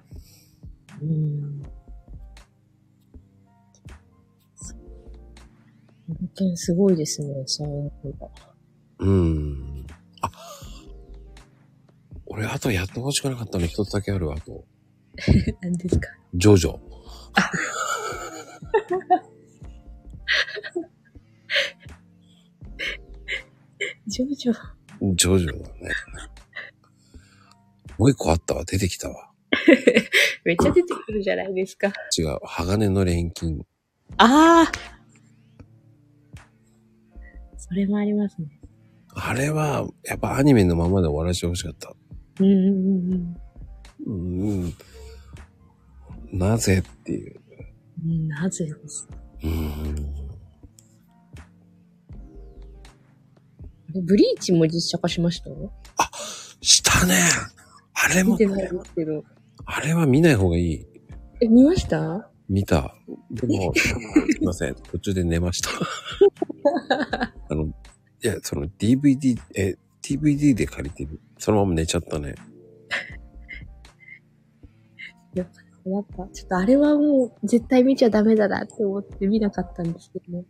本当にすごいですね、そういうのが。 俺、あとやってほしくなかったの一つだけあるわ、と。 何ですか？ ジョジョ。 ジョジョだね。もう一個あったわ、出てきたわ。 めっちゃ出てくるじゃないですか。 違う、鋼の錬金。 ああ！それもありますね。 あれは、やっぱアニメのままで終わらせてほしかった。なぜっていう。 なぜです。ブリーチも実写化しました？ したね。あれも。 見てないですけど。 あれは見ない方がいい。 見ました？ 見た。でも、すいません。途中で寝ました。いや、DVD で借りてる。そのまま寝ちゃったね。 やっぱ、ちょっとあれはもう絶対見ちゃダメだなって思って見なかったんですけどね。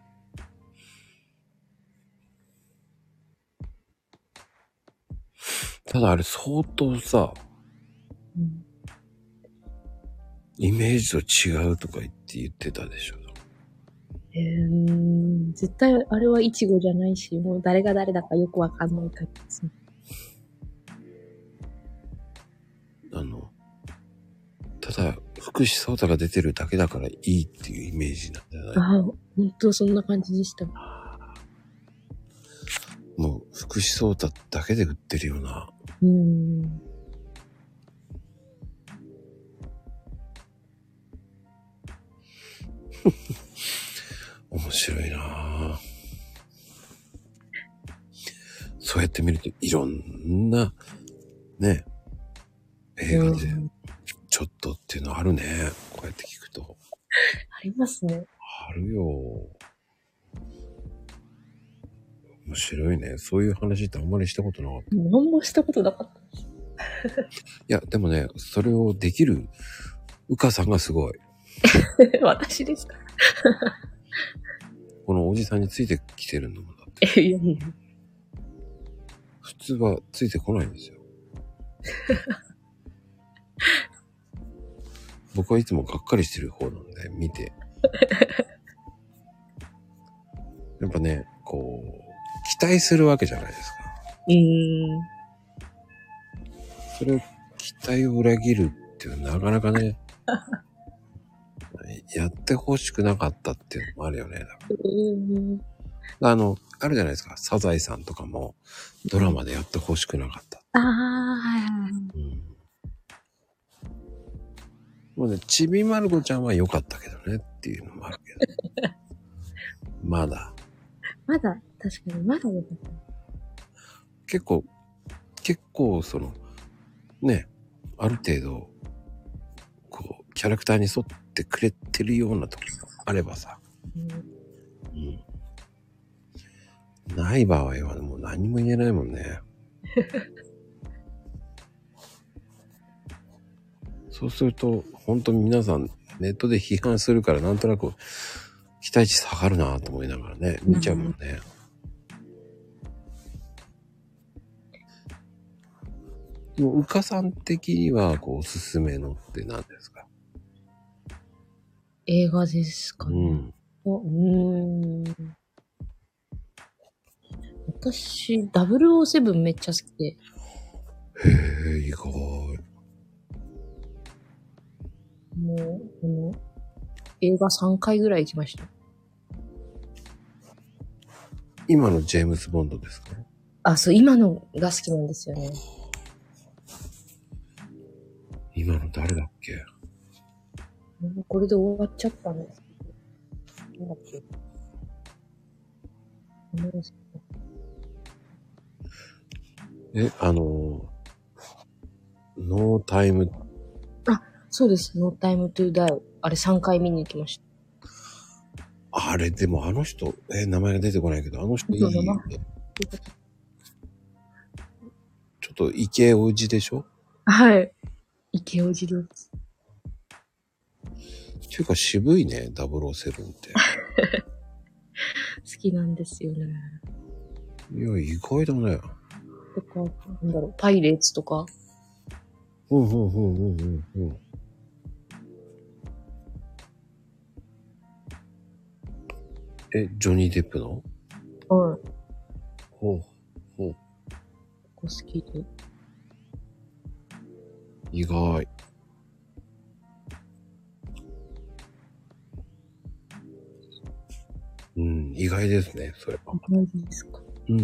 ただあれ相当さ、イメージと違うとか言ってたでしょ。 絶対あれはイチゴじゃないし、もう誰が誰だかよくわかんない感じですね。 ただ、福士蒼太が出てるだけだからいいっていうイメージなんじゃない？ 本当そんな感じでした。 もう、福士蒼太だけで売ってるような。面白いなぁ。そうやって見るといろんな、ね、映画で、ちょっとっていうのあるね。こうやって聞くと。 ありますね。 あるよ。面白いね。そういう話ってあんまりしたことなかった。 何もしたことなかったです。 いや、でもね、それをできる、うかさんがすごい。 私ですか？ このおじさんについてきてるのもだって。 いやいや。 普通はついてこないんですよ。僕はいつもがっかりしてる方なんで、見て。 やっぱね、こう、期待するわけじゃないですか。それを、期待を裏切るっていうのはなかなかね、やってほしくなかったっていうのもあるよね。あるじゃないですか。サザエさんとかもドラマでやってほしくなかった。 ああ、はいはい。 もうね、ちびまる子ちゃんは良かったけどねっていうのもあるけど。まだ、 確かにまだ良かった。 結構ね、ある程度、こう、キャラクターに沿ってくれてるようなところがあればさ。ない場合はもう何も言えないもんね。そうすると、本当に皆さんネットで批判するからなんとなく期待値下がるなと思いながらね、見ちゃうもんね。でも、うかさん的には、こう、おすすめのって何ですか？ 映画ですかね。私、007めっちゃ好きで。 へえ、意外。 もう、映画3回ぐらい行きました。 今のジェームス・ボンドですか？ あ、そう、今のが好きなんですよね。 今の誰だっけ？ これで終わっちゃったんですけど。なんだっけ？ ノータイム。 あ、そうです。ノータイムトゥーダイ。あれ3回見に行きました。 あれ、でもあの人、名前が出てこないけど、あの人いいよね。ちょっとイケオジでしょ？ はい。イケオジです。 っていうか渋いね、007って。 好きなんですよね。 いや、意外だね。 とか、なんだろう、パイレーツとか。 ジョニー・デップの？ はい。 ほう。 好きで。 意外。意外ですね、それは。 意外ですか。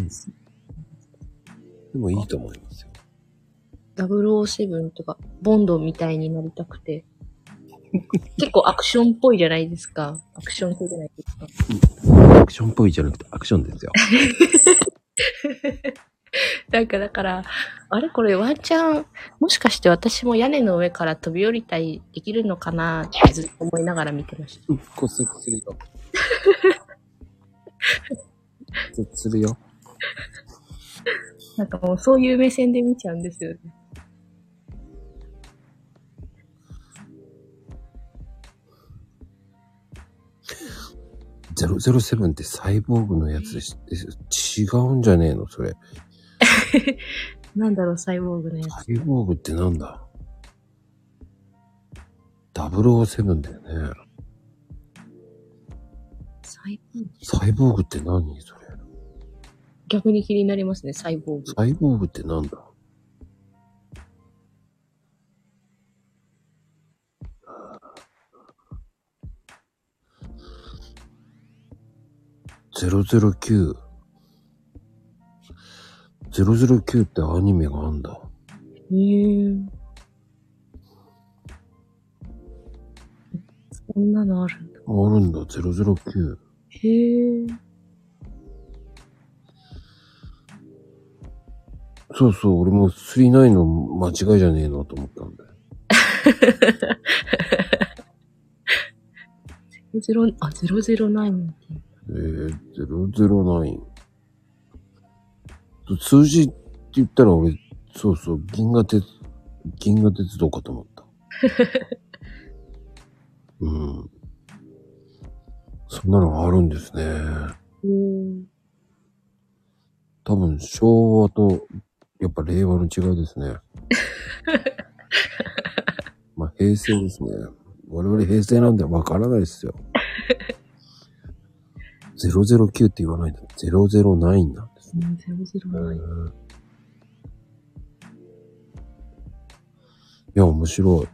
でもいいと思いますよ。 007とか、ボンドみたいになりたくて。結構アクションっぽいじゃないですか。アクションっぽいじゃないですか。 アクションっぽいじゃなくてアクションですよ。 だから、あれこれワンチャン、もしかして私も屋根の上から飛び降りたりできるのかなってずっと思いながら見てました。 骨折するよ。骨折するよ。 なんかもうそういう目線で見ちゃうんですよね。 007ってサイボーグのやつです。違うんじゃねえのそれ。 なんだろう、サイボーグのやつ。 サイボーグってなんだ？ 007 だよね。サイボーグって何それ？ 逆に気になりますね、サイボーグ。 サイボーグってなんだ？009。009ってアニメがあんだ。 へぇー。そんなのあるんだ。 あるんだ、009。 へぇー。 そうそう、俺も39の間違いじゃねえのと思ったんだよ。 009って。 009。数字って言ったら俺、そうそう、銀河鉄道かと思った。そんなのあるんですね。多分、昭和と、やっぱ令和の違いですね。まあ、平成ですね。我々平成なんでわからないですよ。 009って言わないんだ。009なんですね。 009。 いや、面白い。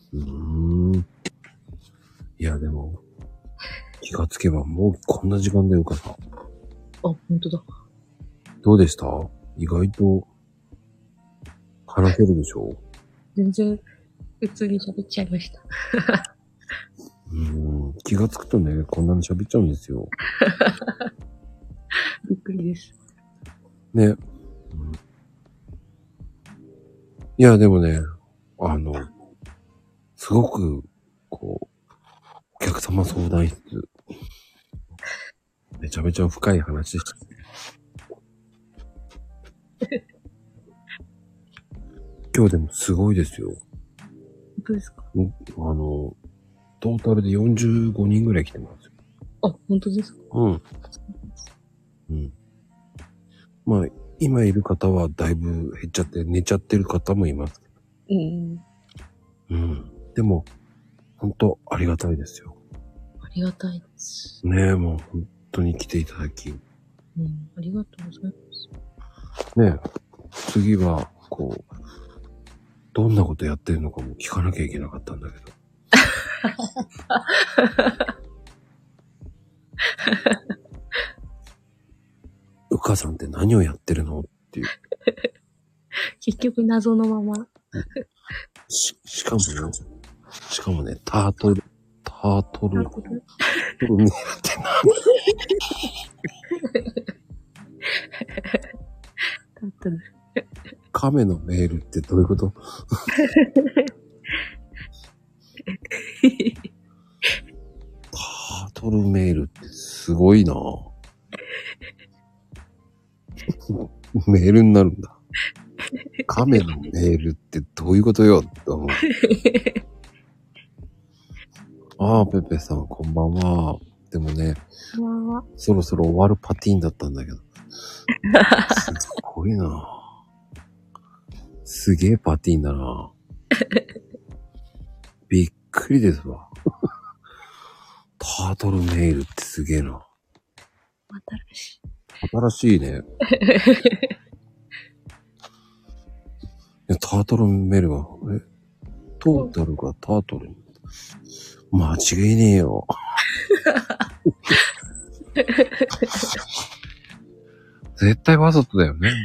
いや、でも、気がつけばもうこんな時間だよ、かさん。 あ、ほんとだ。 どうでした？意外と、話せるでしょ？ 全然、普通に喋っちゃいました。 気がつくとね、こんなに喋っちゃうんですよ。 びっくりです。 ね。いや、でもね、すごく、こう、お客様相談室、めちゃめちゃ深い話でしたね。今日でもすごいですよ。 本当ですか？ トータルで45人ぐらい来てますよ。 あ、本当ですか？ まあ、今いる方はだいぶ減っちゃって寝ちゃってる方もいますけど。でも、本当ありがたいですよ。 ありがたいです。 ねえ、もう本当に来ていただき。 ありがとうございます。 ねえ、次は、こう、どんなことやってるのかも聞かなきゃいけなかったんだけど。うかさんって何をやってるのっていう。 結局謎のまま。 しかもね、タートルメールって何？亀のメールってどういうこと？タートルメールってすごいなぁ。メールになるんだ。亀のメールってどういうことよって思う。ああ、ペペさんこんばんは。でもね、そろそろ終わるパティーンだったんだけど。すごいなぁ。すげえパティーンだなぁ。びっくりですわ。タートルメールってすげえな。新しいね。タートルメールは、トータルがタートルに。間違いねえよ。絶対わざとだよね。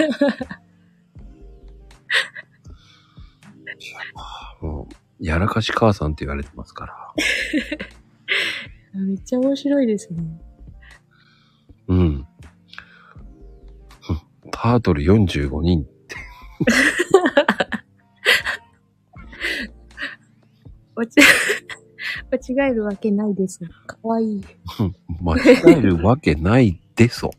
もう、やらかし母さんって言われてますから。 めっちゃ面白いですね。 タートル45人って。 間違えるわけないです。かわいい。 間違えるわけないでそ。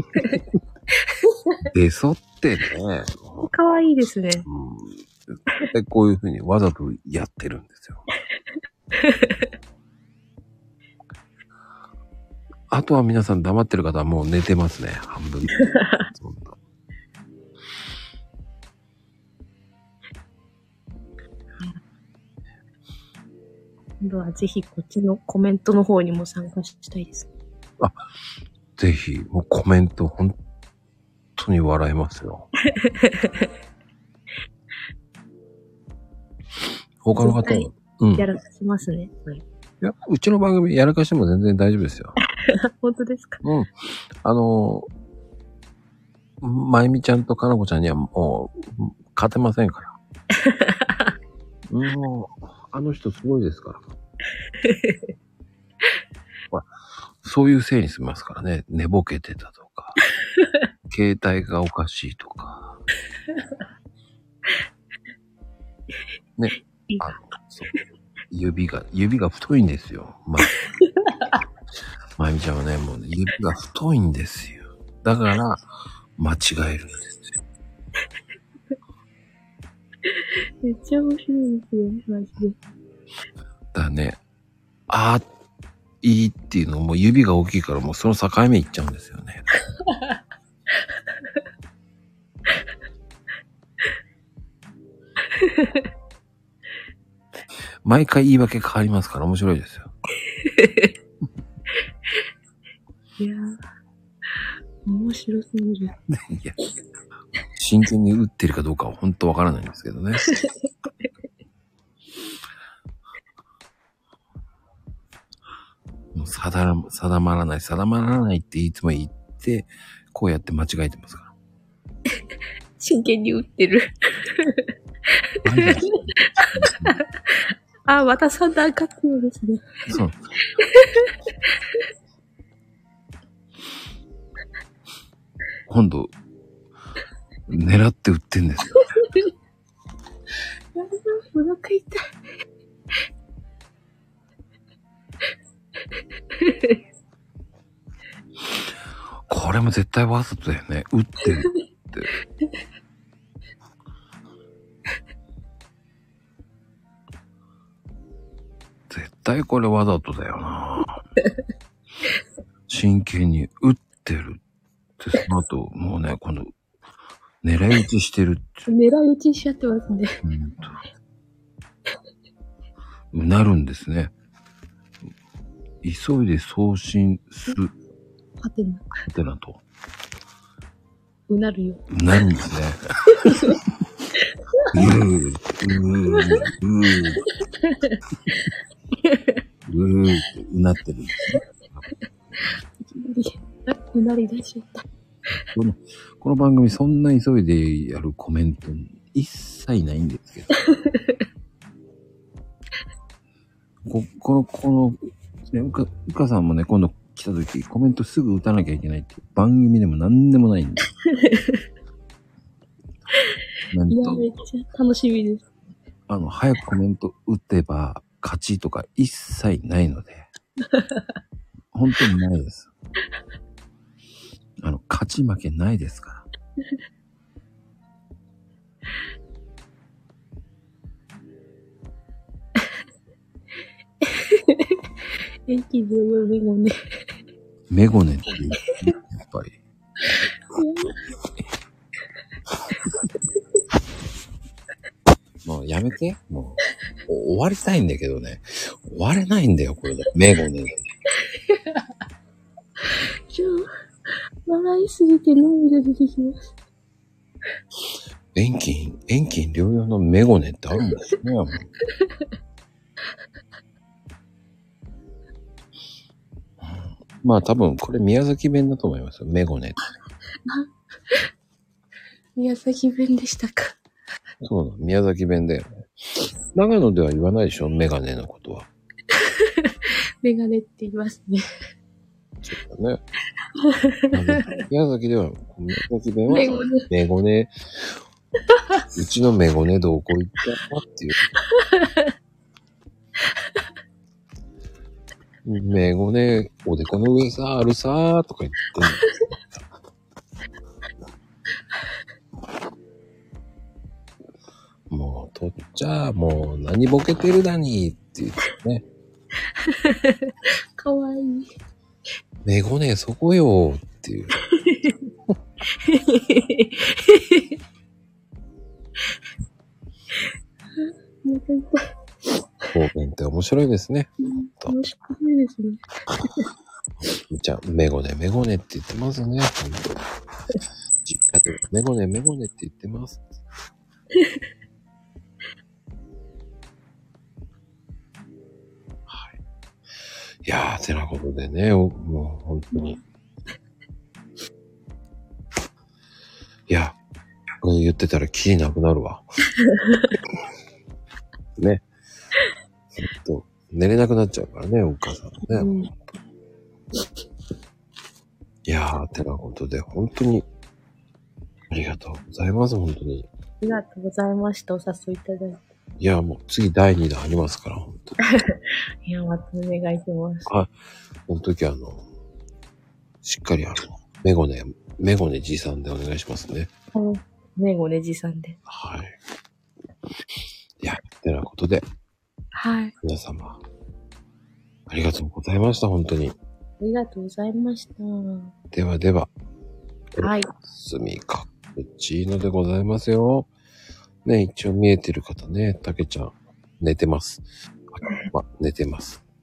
でそってね。 かわいいですね。 でこういう風にわざとやってるんですよ。あとは皆さん黙ってる方はもう寝てますね。半分。 今度はぜひこっちのコメントの方にも参加したいです。 あ、ぜひ、もうコメント本当に笑えますよ。他の方は、 やらかしますね。 いや、うちの番組やらかしても全然大丈夫ですよ。 本当ですか？ まゆみちゃんとかなこちゃんにはもう、勝てませんから。もう、あの人すごいですから。そういうせいに済みますからね。寝ぼけてたとか。携帯がおかしいとか。ね。そう。指が太いんですよ。まゆみちゃんはね、もう、ね、指が太いんですよ。だから、間違えるんですよ。 めっちゃ面白いですよ、マジで。 だね、いいっていうのもう指が大きいからもうその境目いっちゃうんですよね。毎回言い訳変わりますから面白いですよ。 白すぎる。 いや、真剣に打ってるかどうかは本当わからないんですけどね。もう定まらないっていつも言って、こうやって間違えてますから。 真剣に打ってる。あ、また三段活用ですね。 そう。今度、狙って売ってんですよ。 やだ、お腹痛い。 これも絶対わざとだよね。打ってるって。絶対これわざとだよな。真剣に打ってるって、その後、もうね、今度、狙い撃ちしてるって。 狙い撃ちしちゃってますね。 うなるんですね。急いで送信する。 はてな。 はてなと。 うなるよ。 うなるんですね。うなってるんですね。 うなり出しちゃった。 この番組そんな急いでやるコメント一切ないんですけど。この、ね、うかさんもね、今度来た時コメントすぐ打たなきゃいけないって番組でも何でもないんで。 いや、めっちゃ楽しみです。 早くコメント打てば勝ちとか一切ないので。本当にないです。勝ち負けないですから。 元気でよ、メゴネ。 メゴネっていう、やっぱり。もうやめて。もう、終わりたいんだけどね。終われないんだよ、これで。メゴネ。 笑いすぎて涙出てきます。 遠近療養のメゴネってあるんですね。まあ多分これ宮崎弁だと思いますよ。メゴネって。 宮崎弁でしたか。 そうなの。宮崎弁だよね。長野では言わないでしょ、メガネのことは。 メガネって言いますね。 そうだね。宮崎では、宮崎弁はメゴネ。うちのメゴネどこ行ったのっていう。メゴネ、おでこの上さ、あるさーとか言ってんの。もう、とっちゃ、もう、何ボケてるだにって言ってね。 かわいい。 メゴネ、そこよーっていう。方言って面白いですね。 面白いですね。 じゃあ、メゴネって言ってますね。実家でメゴネって言ってます。はい。いやー、てなことでね、もう本当に。いや、これ言ってたらキリなくなるわ。ね。寝れなくなっちゃうからね、お母さんね。いやー、てなことで、本当に、ありがとうございます、本当に。 ありがとうございました、お誘いいただいて。 いや、もう次第2弾ありますから、本当に。 いや、またお願いします。 はい。その時しっかりメゴネじさんでお願いしますね。 メゴネじさんで。 はい。いや、てなことで。 はい。 皆様、ありがとうございました、本当に。 ありがとうございました。 ではでは。 はい。 スミカプチーノでございますよ。ね、一応見えてる方ね、たけちゃん、寝てます。寝てます。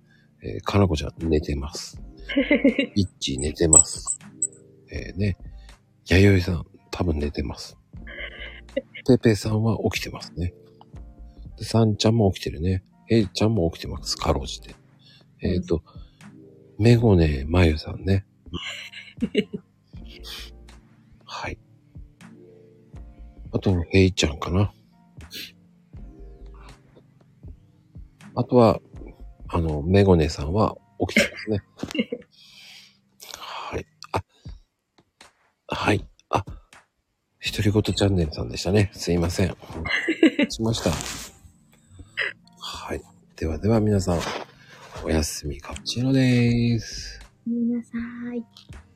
かなこちゃん、寝てます。イッチー寝てます。ね、 弥生さん、多分寝てます。ペペさんは起きてますね。で、さんちゃんも起きてるね。ちゃんも起きてます。かろうじて。メゴネまゆさんね。はい。あと、ちゃんかな。あとは、メゴネさんは起きてますね。はい。はい。独り言チャンネルさんでしたね。すいません。しました。はい。ではでは皆さん、おやすみカプチーノでーす。 ごめんなさい。